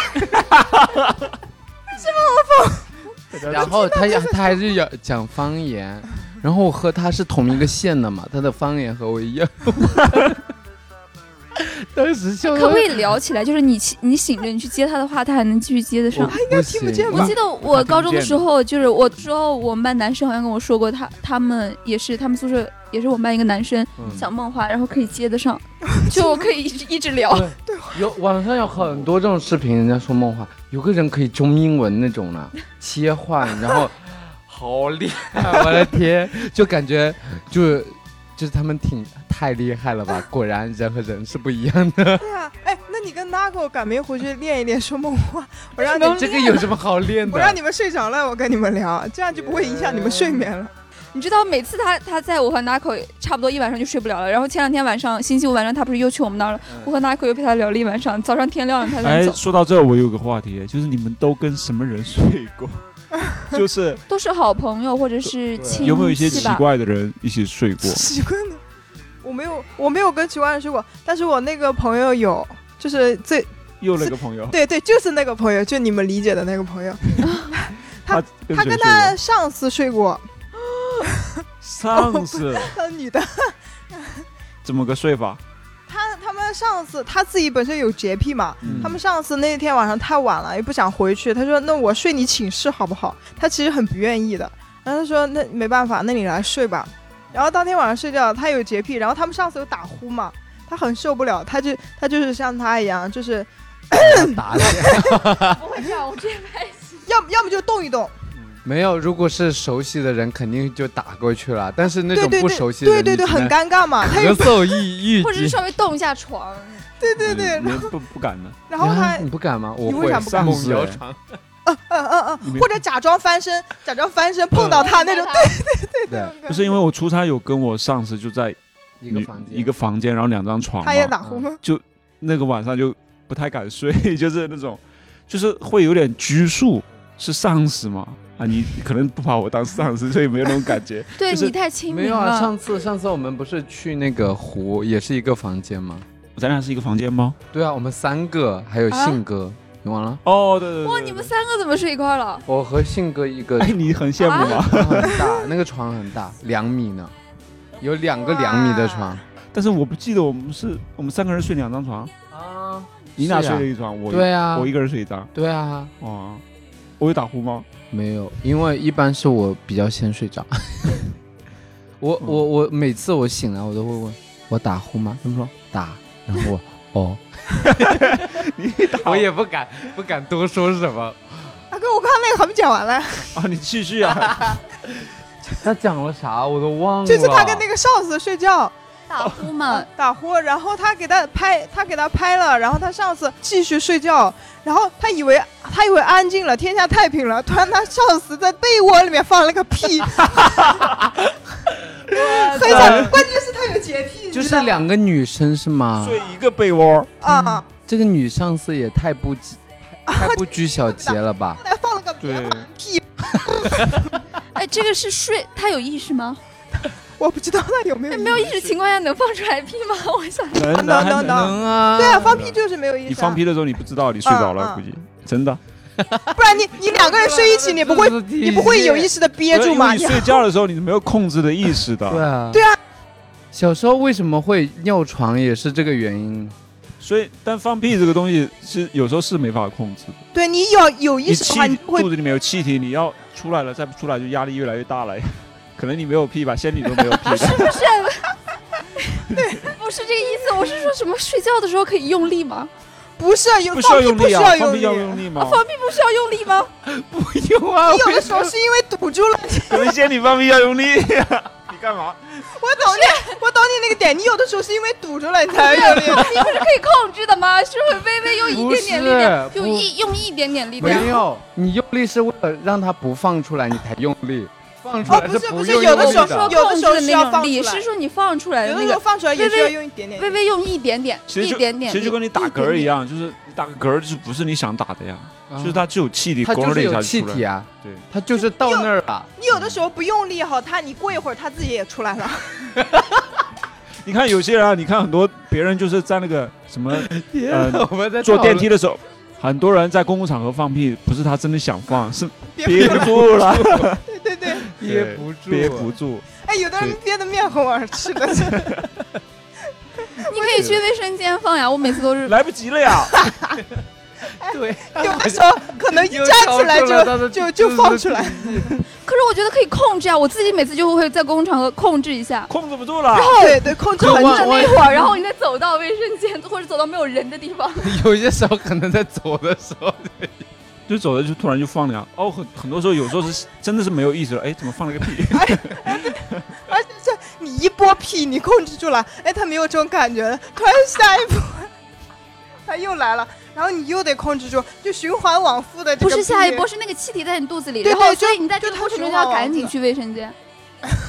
是吗？ 然后他他还是要讲方言，然后我和他是同一个县的嘛，他的方言和我一样。当时笑可不可以聊起来？就是你你醒着，你去接他的话，他还能继续接得上。 他应该听不见吧？ 我记得我高中的时候，就是我之后我们班男生好像跟我说过，他他们也是他们宿舍也是我们班一个男生讲梦话，然后可以接得上，就我可以一直一直聊。 对，有网上有很多这种视频，人家说梦话，有个人可以中英文那种呢，切换，然后好厉害，我的天，就感觉就。就是他们挺太厉害了吧？果然人和人是不一样的。 对啊，哎，那你跟 Nago 赶明回去练一练说梦话，我让你们这个有什么好练的？ 我让你们睡着了，我跟你们聊，这样就不会影响你们睡眠了。 你知道每次他他在我和 Naco 差不多一晚上就睡不了了，然后前两天晚上星期五晚上他不是又去我们那儿了，嗯、我和 Naco 又陪他聊了一晚上，早上天亮了他才走。 哎，说到这我有个话题，就是你们都跟什么人睡过？就是都是好朋友或者是亲戚。 有没有一些奇怪的人一起睡过？ 奇怪的，我没有，我没有跟奇怪人睡过，但是我那个朋友有，就是最又那个朋友， 对对，就是那个朋友，就你们理解的那个朋友。他他跟他上司睡过， 上司， 他女的， 怎么个睡法？ 他他们上司他自己本身有洁癖嘛， 嗯、 他们上司那天晚上太晚了，也不想回去，他说那我睡你寝室好不好？他其实很不愿意的，然后他说那没办法，那你来睡吧。然后当天晚上睡觉，他有洁癖，然后他们上司有打呼嘛，他很受不了，他就他就是像他一样，就是打起来， 不会这样，我直接拍戏。 要要么就动一动。 没有，如果是熟悉的人，肯定就打过去了。但是那种不熟悉的人， 对对对，很尴尬嘛。他咳嗽一郁， 或者是稍微动一下床。 对对对， 你不不敢的。 然后他你不敢吗？我会上司摇床。 嗯嗯嗯嗯，或者假装翻身，假装翻身碰到他那种。对对对对。 不是因为我出差有跟我上司就在一个房间， 一个房间，然后两张床。 他也打呼吗？ 就那个晚上就不太敢睡，就是那种，就是会有点拘束，是上司嘛。啊，你可能不把我当上司，所以没有那种感觉。 对、 就是、 你太亲民了。 没有啊，上次上次我们不是去那个湖，也是一个房间吗？ 咱俩是一个房间吗？ 对啊，我们三个还有信哥，啊、你忘了？ 哦，对对 对, 对。 哇，你们三个怎么睡一块了？ 我和信哥一个。 哎，你很羡慕吗？ 床很大，那个床很大，两米呢，有两个两米的床。 但是我不记得我们是我们三个人睡两张床啊，你俩睡了一床，我对啊， 我一个人睡一张。 对啊， 哇，我有打呼吗？ 没有，因为一般是我比较先睡着。我我我每次我醒来，我都会问我打呼吗？他们说打，然后我哦， 你打， 我也不敢不敢多说什么。 大哥，我刚刚那个还没讲完了啊，你继续啊。 他讲了啥我都忘了。 就是他跟那个上司睡觉。 打呼嘛， 打呼，然后他给他拍，他给他拍了，然后他上司继续睡觉，然后他以为他以为安静了，天下太平了，突然他上司在被窝里面放了个屁，很惨，关键是他有洁癖， 就是两个女生是吗？ 睡一个被窝啊、 嗯，这个女上司也太不太不拘小节了吧？ 还放了个屁， 哎，这个是睡，他有意识吗？ 我不知道他有没有没有意识情况下能放出来屁吗？我想能能能能啊！ 对啊，放屁就是没有意识、啊。 你放屁的时候你不知道，你睡着了，估计真的。 不然你你两个人睡一起，你不会你不会有意识的憋住吗？ 你睡觉的时候你是没有控制的意识的。 对啊， 对啊。 小时候为什么会尿床也是这个原因。 所以，但放屁这个东西是有时候是没法控制的。 对，你有有意识的话， 你会肚子里面有气体，你要出来了，再不出来就压力越来越大了。可能你没有屁吧，仙女都没有屁。 不是不是，不是这个意思。我是说什么睡觉的时候可以用力吗？ 不是，有不需要用力啊， 放屁要用力吗？ 放屁不需要用力吗？ 不用啊， 你有的时候是因为堵住了。 可能仙女放屁要用力。你干嘛？ 我懂你，我懂你那个点。你有的时候是因为堵住了，你才用力。 你不是可以控制的吗？是会微微用一点点力量，用一用一点点力量。 没有，你用力是为了让它不放出来，你才用力。放出来哦，不是不是， 用有的时候说有的时候需要放出来， 是说你放出来的那个放出来也需要用一点点， 微微用一点点，一点点， 其实就跟你打嗝一样，就是你打个嗝就是不是你想打的呀，就是它就有气体， 它就是有气体啊， 对， 它就是到那儿了。 你有的时候不用力哈，它你过一会儿它自己也出来了。 你看有些人啊，你看很多别人就是在那个什么呃，我们在坐电梯的时候。很多人在公共场合放屁，不是他真的想放，是憋不住了。 对对对， 憋不住， 憋不住。 哎，有的人憋得面红耳赤的。 你可以去卫生间放呀，我每次都是来不及了呀。 对， 有的时候可能一站起来就就就放出来。 可是我觉得可以控制啊，我自己每次就会在公共场合控制一下， 控制不住了。 对对，控制很久那会儿，然后你再走到卫生间或者走到没有人的地方。 有些时候可能在走的时候， 就走的就突然就放了。哦，很很多时候有时候是真的是没有意识了，哎，怎么放了个屁？ 而且这你一波屁你控制住了，哎，他没有这种感觉了，突然下一波他又来了。然后你又得控制住，就循环往复的。 不是下一波，是那个气体在你肚子里， 对对， 然后所以你在这个过程中要赶紧去卫生间。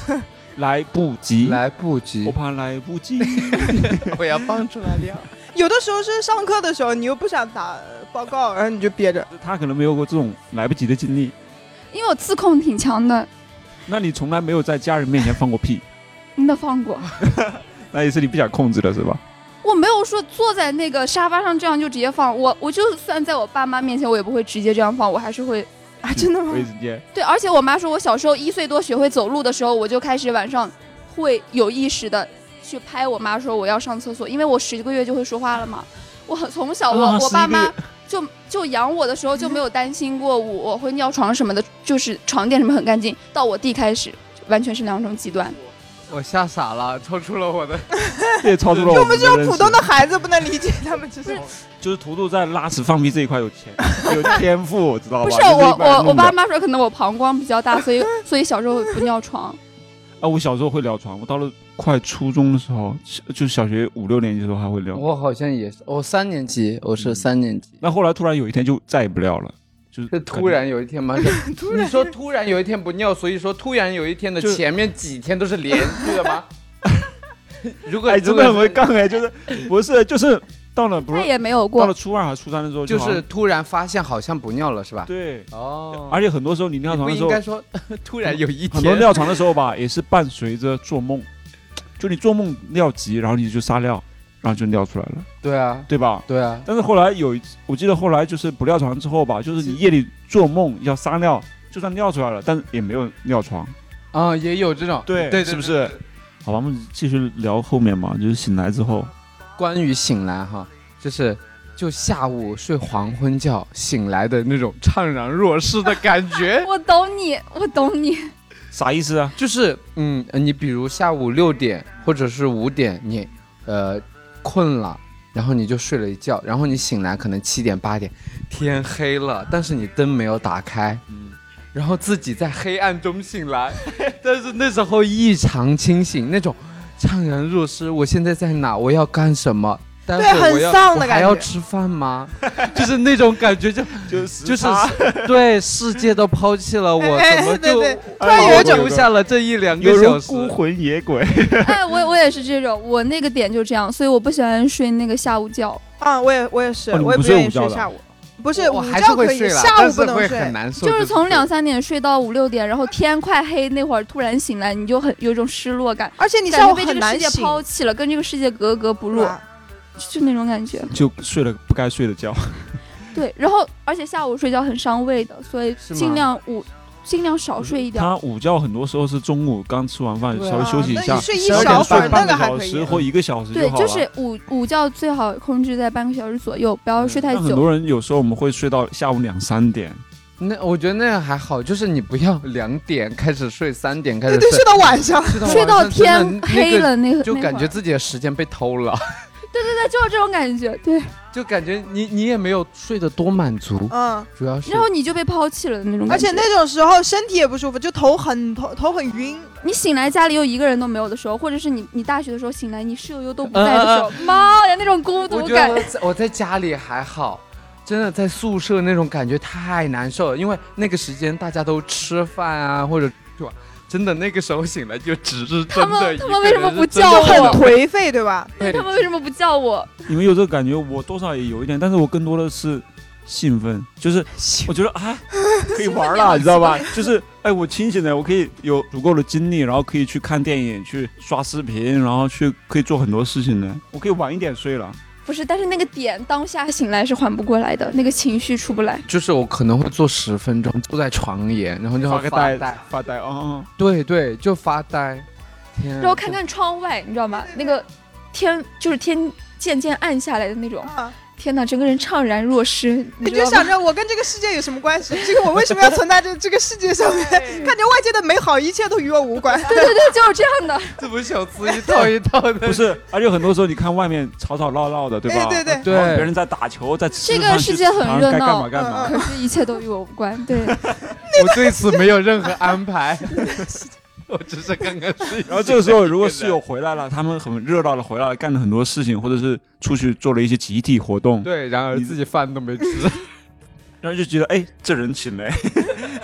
来不及， 来不及， 我怕来不及， 我要放出来了。 有的时候是上课的时候，你又不想打报告，然后你就憋着。 他可能没有过这种来不及的经历， 因为我自控挺强的。 那你从来没有在家人面前放过屁？ 那放过。 那也是你不想控制的是吧？ 我没有说坐在那个沙发上这样就直接放，我我就算在我爸妈面前，我也不会直接这样放，我还是会啊，真的吗？ 会直接。 对，而且我妈说我小时候一岁多学会走路的时候，我就开始晚上会有意识的去拍我妈说我要上厕所，因为我十个月就会说话了嘛。我从小我、啊、我爸妈就就养我的时候就没有担心过我我会尿床什么的，就是床垫什么很干净。到我弟开始，完全是两种极端。 我吓傻了，超出了我的， 也超出了我们。 我们这种普通的孩子不能理解他们这种。 就是图图在拉屎放屁这一块有钱有天赋，知道吧？ 不是我我我爸妈说可能我膀胱比较大，所以所以小时候不尿床。 啊，我小时候会尿床，我到了快初中的时候，就小学五六年级的时候还会尿。 我好像也是，我三年级，我是三年级。 嗯、那后来突然有一天就再也不尿了。 是突然有一天吗？你说突然有一天不尿，所以说突然有一天的前面几天都是连续的吗？如果哎，真的很会杠哎，就是不是就是到了不是也没有过， 到了初二还是初三的时候就， 就是突然发现好像不尿了，是吧？ 对， 哦， 而且很多时候你尿床的时候， 不应该说突然有一天， 很多尿床的时候吧，也是伴随着做梦，就你做梦尿急，然后你就撒尿。然后就尿出来了， 对啊， 对吧？ 对啊。 但是后来有一次，我记得后来就是不尿床之后吧，就是你夜里做梦要撒尿，就算尿出来了，但是也没有尿床。 啊、嗯，也有这种， 对对，是不是？好吧，我们继续聊后面嘛，就是醒来之后。 关于醒来哈，就是就下午睡黄昏觉醒来的那种怅然若失的感觉。 我懂你，我懂你。 啥意思啊？ 就是嗯，你比如下午六点或者是五点，你呃。困了，然后你就睡了一觉，然后你醒来可能七点八点，天黑了，但是你灯没有打开，嗯，然后自己在黑暗中醒来，但是那时候异常清醒，那种怅然若失。我现在在哪？我要干什么？但是我要我还要吃饭吗？就是那种感觉就，就就是对世界都抛弃了我，怎么就突然有一种留下了这一两个小时？ 孤魂野鬼。 哎，我我也是这种，我那个点就这样，所以我不喜欢睡那个下午觉。 啊，我也我也是， 哦、 我也不愿意睡下午。不是， 我还是会睡了， 下午不能睡， 很难受。 就是从两三点睡到五六点，然后天快黑那会儿突然醒来，你就很有一种失落感， 而且你下午很难被这个世界抛弃了，跟这个世界格格不入。就那种感觉， 就睡了不该睡的觉。 对，然后而且下午睡觉很伤胃的，所以尽量午尽量少睡一点。 他午觉很多时候是中午刚吃完饭稍微休息一下， 睡一小会儿半个小时或一个小时就好了。 对，就是午午觉最好控制在半个小时左右，不要睡太久。 很多人有时候我们会睡到下午两三点。 那我觉得那样还好，就是你不要两点开始睡，三点开始睡， 对对，睡到晚上， 睡到天黑了那个， 就感觉自己的时间被偷了。 对对对，就是这种感觉，对， 就感觉你你也没有睡得多满足，嗯，主要是， 然后你就被抛弃了的那种感觉，而且那种时候身体也不舒服，就头很头头很晕。 你醒来家里有一个人都没有的时候，或者是你你大学的时候醒来，你室友又都不在的时候，妈、呃、呀，那种孤独感。 我在我在家里还好，真的在宿舍那种感觉太难受了，因为那个时间大家都吃饭啊，或者对吧？真的那个时候醒来就只是真的他们他们为什么不叫我？ 很颓废，对吧？ 对，他们为什么不叫我？ 你们有这个感觉，我多少也有一点，但是我更多的是兴奋，就是我觉得啊，可以玩了，你知道吧？就是哎，我清醒了，我可以有足够的精力，然后可以去看电影、去刷视频，然后去可以做很多事情的，我可以晚一点睡了。 不是，但是那个点当下醒来是缓不过来的，那个情绪出不来。 就是我可能会坐十分钟，坐在床沿，然后就发个呆，发呆哦， 对对，就发呆。天、啊， 然后看看窗外，你知道吗？那个天就是天渐渐暗下来的那种。啊天哪，整个人怅然若失。 你就想着我跟这个世界有什么关系？这个我为什么要存在这这个世界上面？看着外界的美好，一切都与我无关。 对对对，就是这样的。 这不小词一套一套的。 不是，而且很多时候你看外面吵吵闹闹的，对吧？ 对对对， 别人在打球，在吃饭，这个世界很热闹， 干嘛干嘛。 可是一切都与我无关。对， 我对此没有任何安排。我只是刚刚睡。 然后这个时候，如果室友回来了，他们很热闹的回来了，干了很多事情，或者是出去做了一些集体活动。 对，然而自己饭都没吃， 然后就觉得，哎，这人醒了。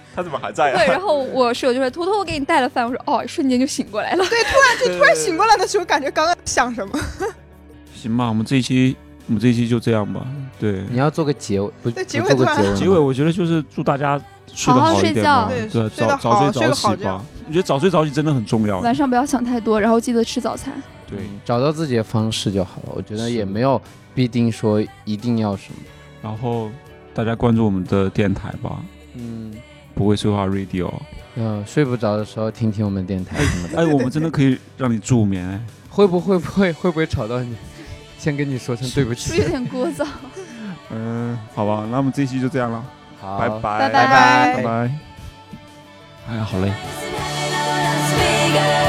他怎么还在啊？ 对，然后我室友就说：“图图，我给你带了饭。”我说：“哦。”瞬间就醒过来了。 对，突然就突然醒过来的时候，感觉刚刚想什么。 行吧，我们这一期我们这一期就这样吧。对， 你要做个结尾，不对不结尾突然做个结尾吗。 结尾我觉得就是祝大家睡得好一点吧， 好好睡觉对， 对睡得早早好睡睡早起个好觉吧。我觉得早睡早起真的很重要。 晚上不要想太多，然后记得吃早餐。 对， 嗯找到自己的方式就好了。我觉得是也没有必定说一定要什么。 然后大家关注我们的电台吧， 嗯， 不会说话 Radio。 呃，睡不着的时候听听我们电台什么的。 哎，我们真的可以让你助眠哎。 会不会不会会不会吵到你？先跟你说声对不是不是有起。 点聒噪？ 嗯，好吧，那我们这一期就这样了， 好， 拜拜拜拜拜拜。哎呀，好累。 Hanging on a speaker.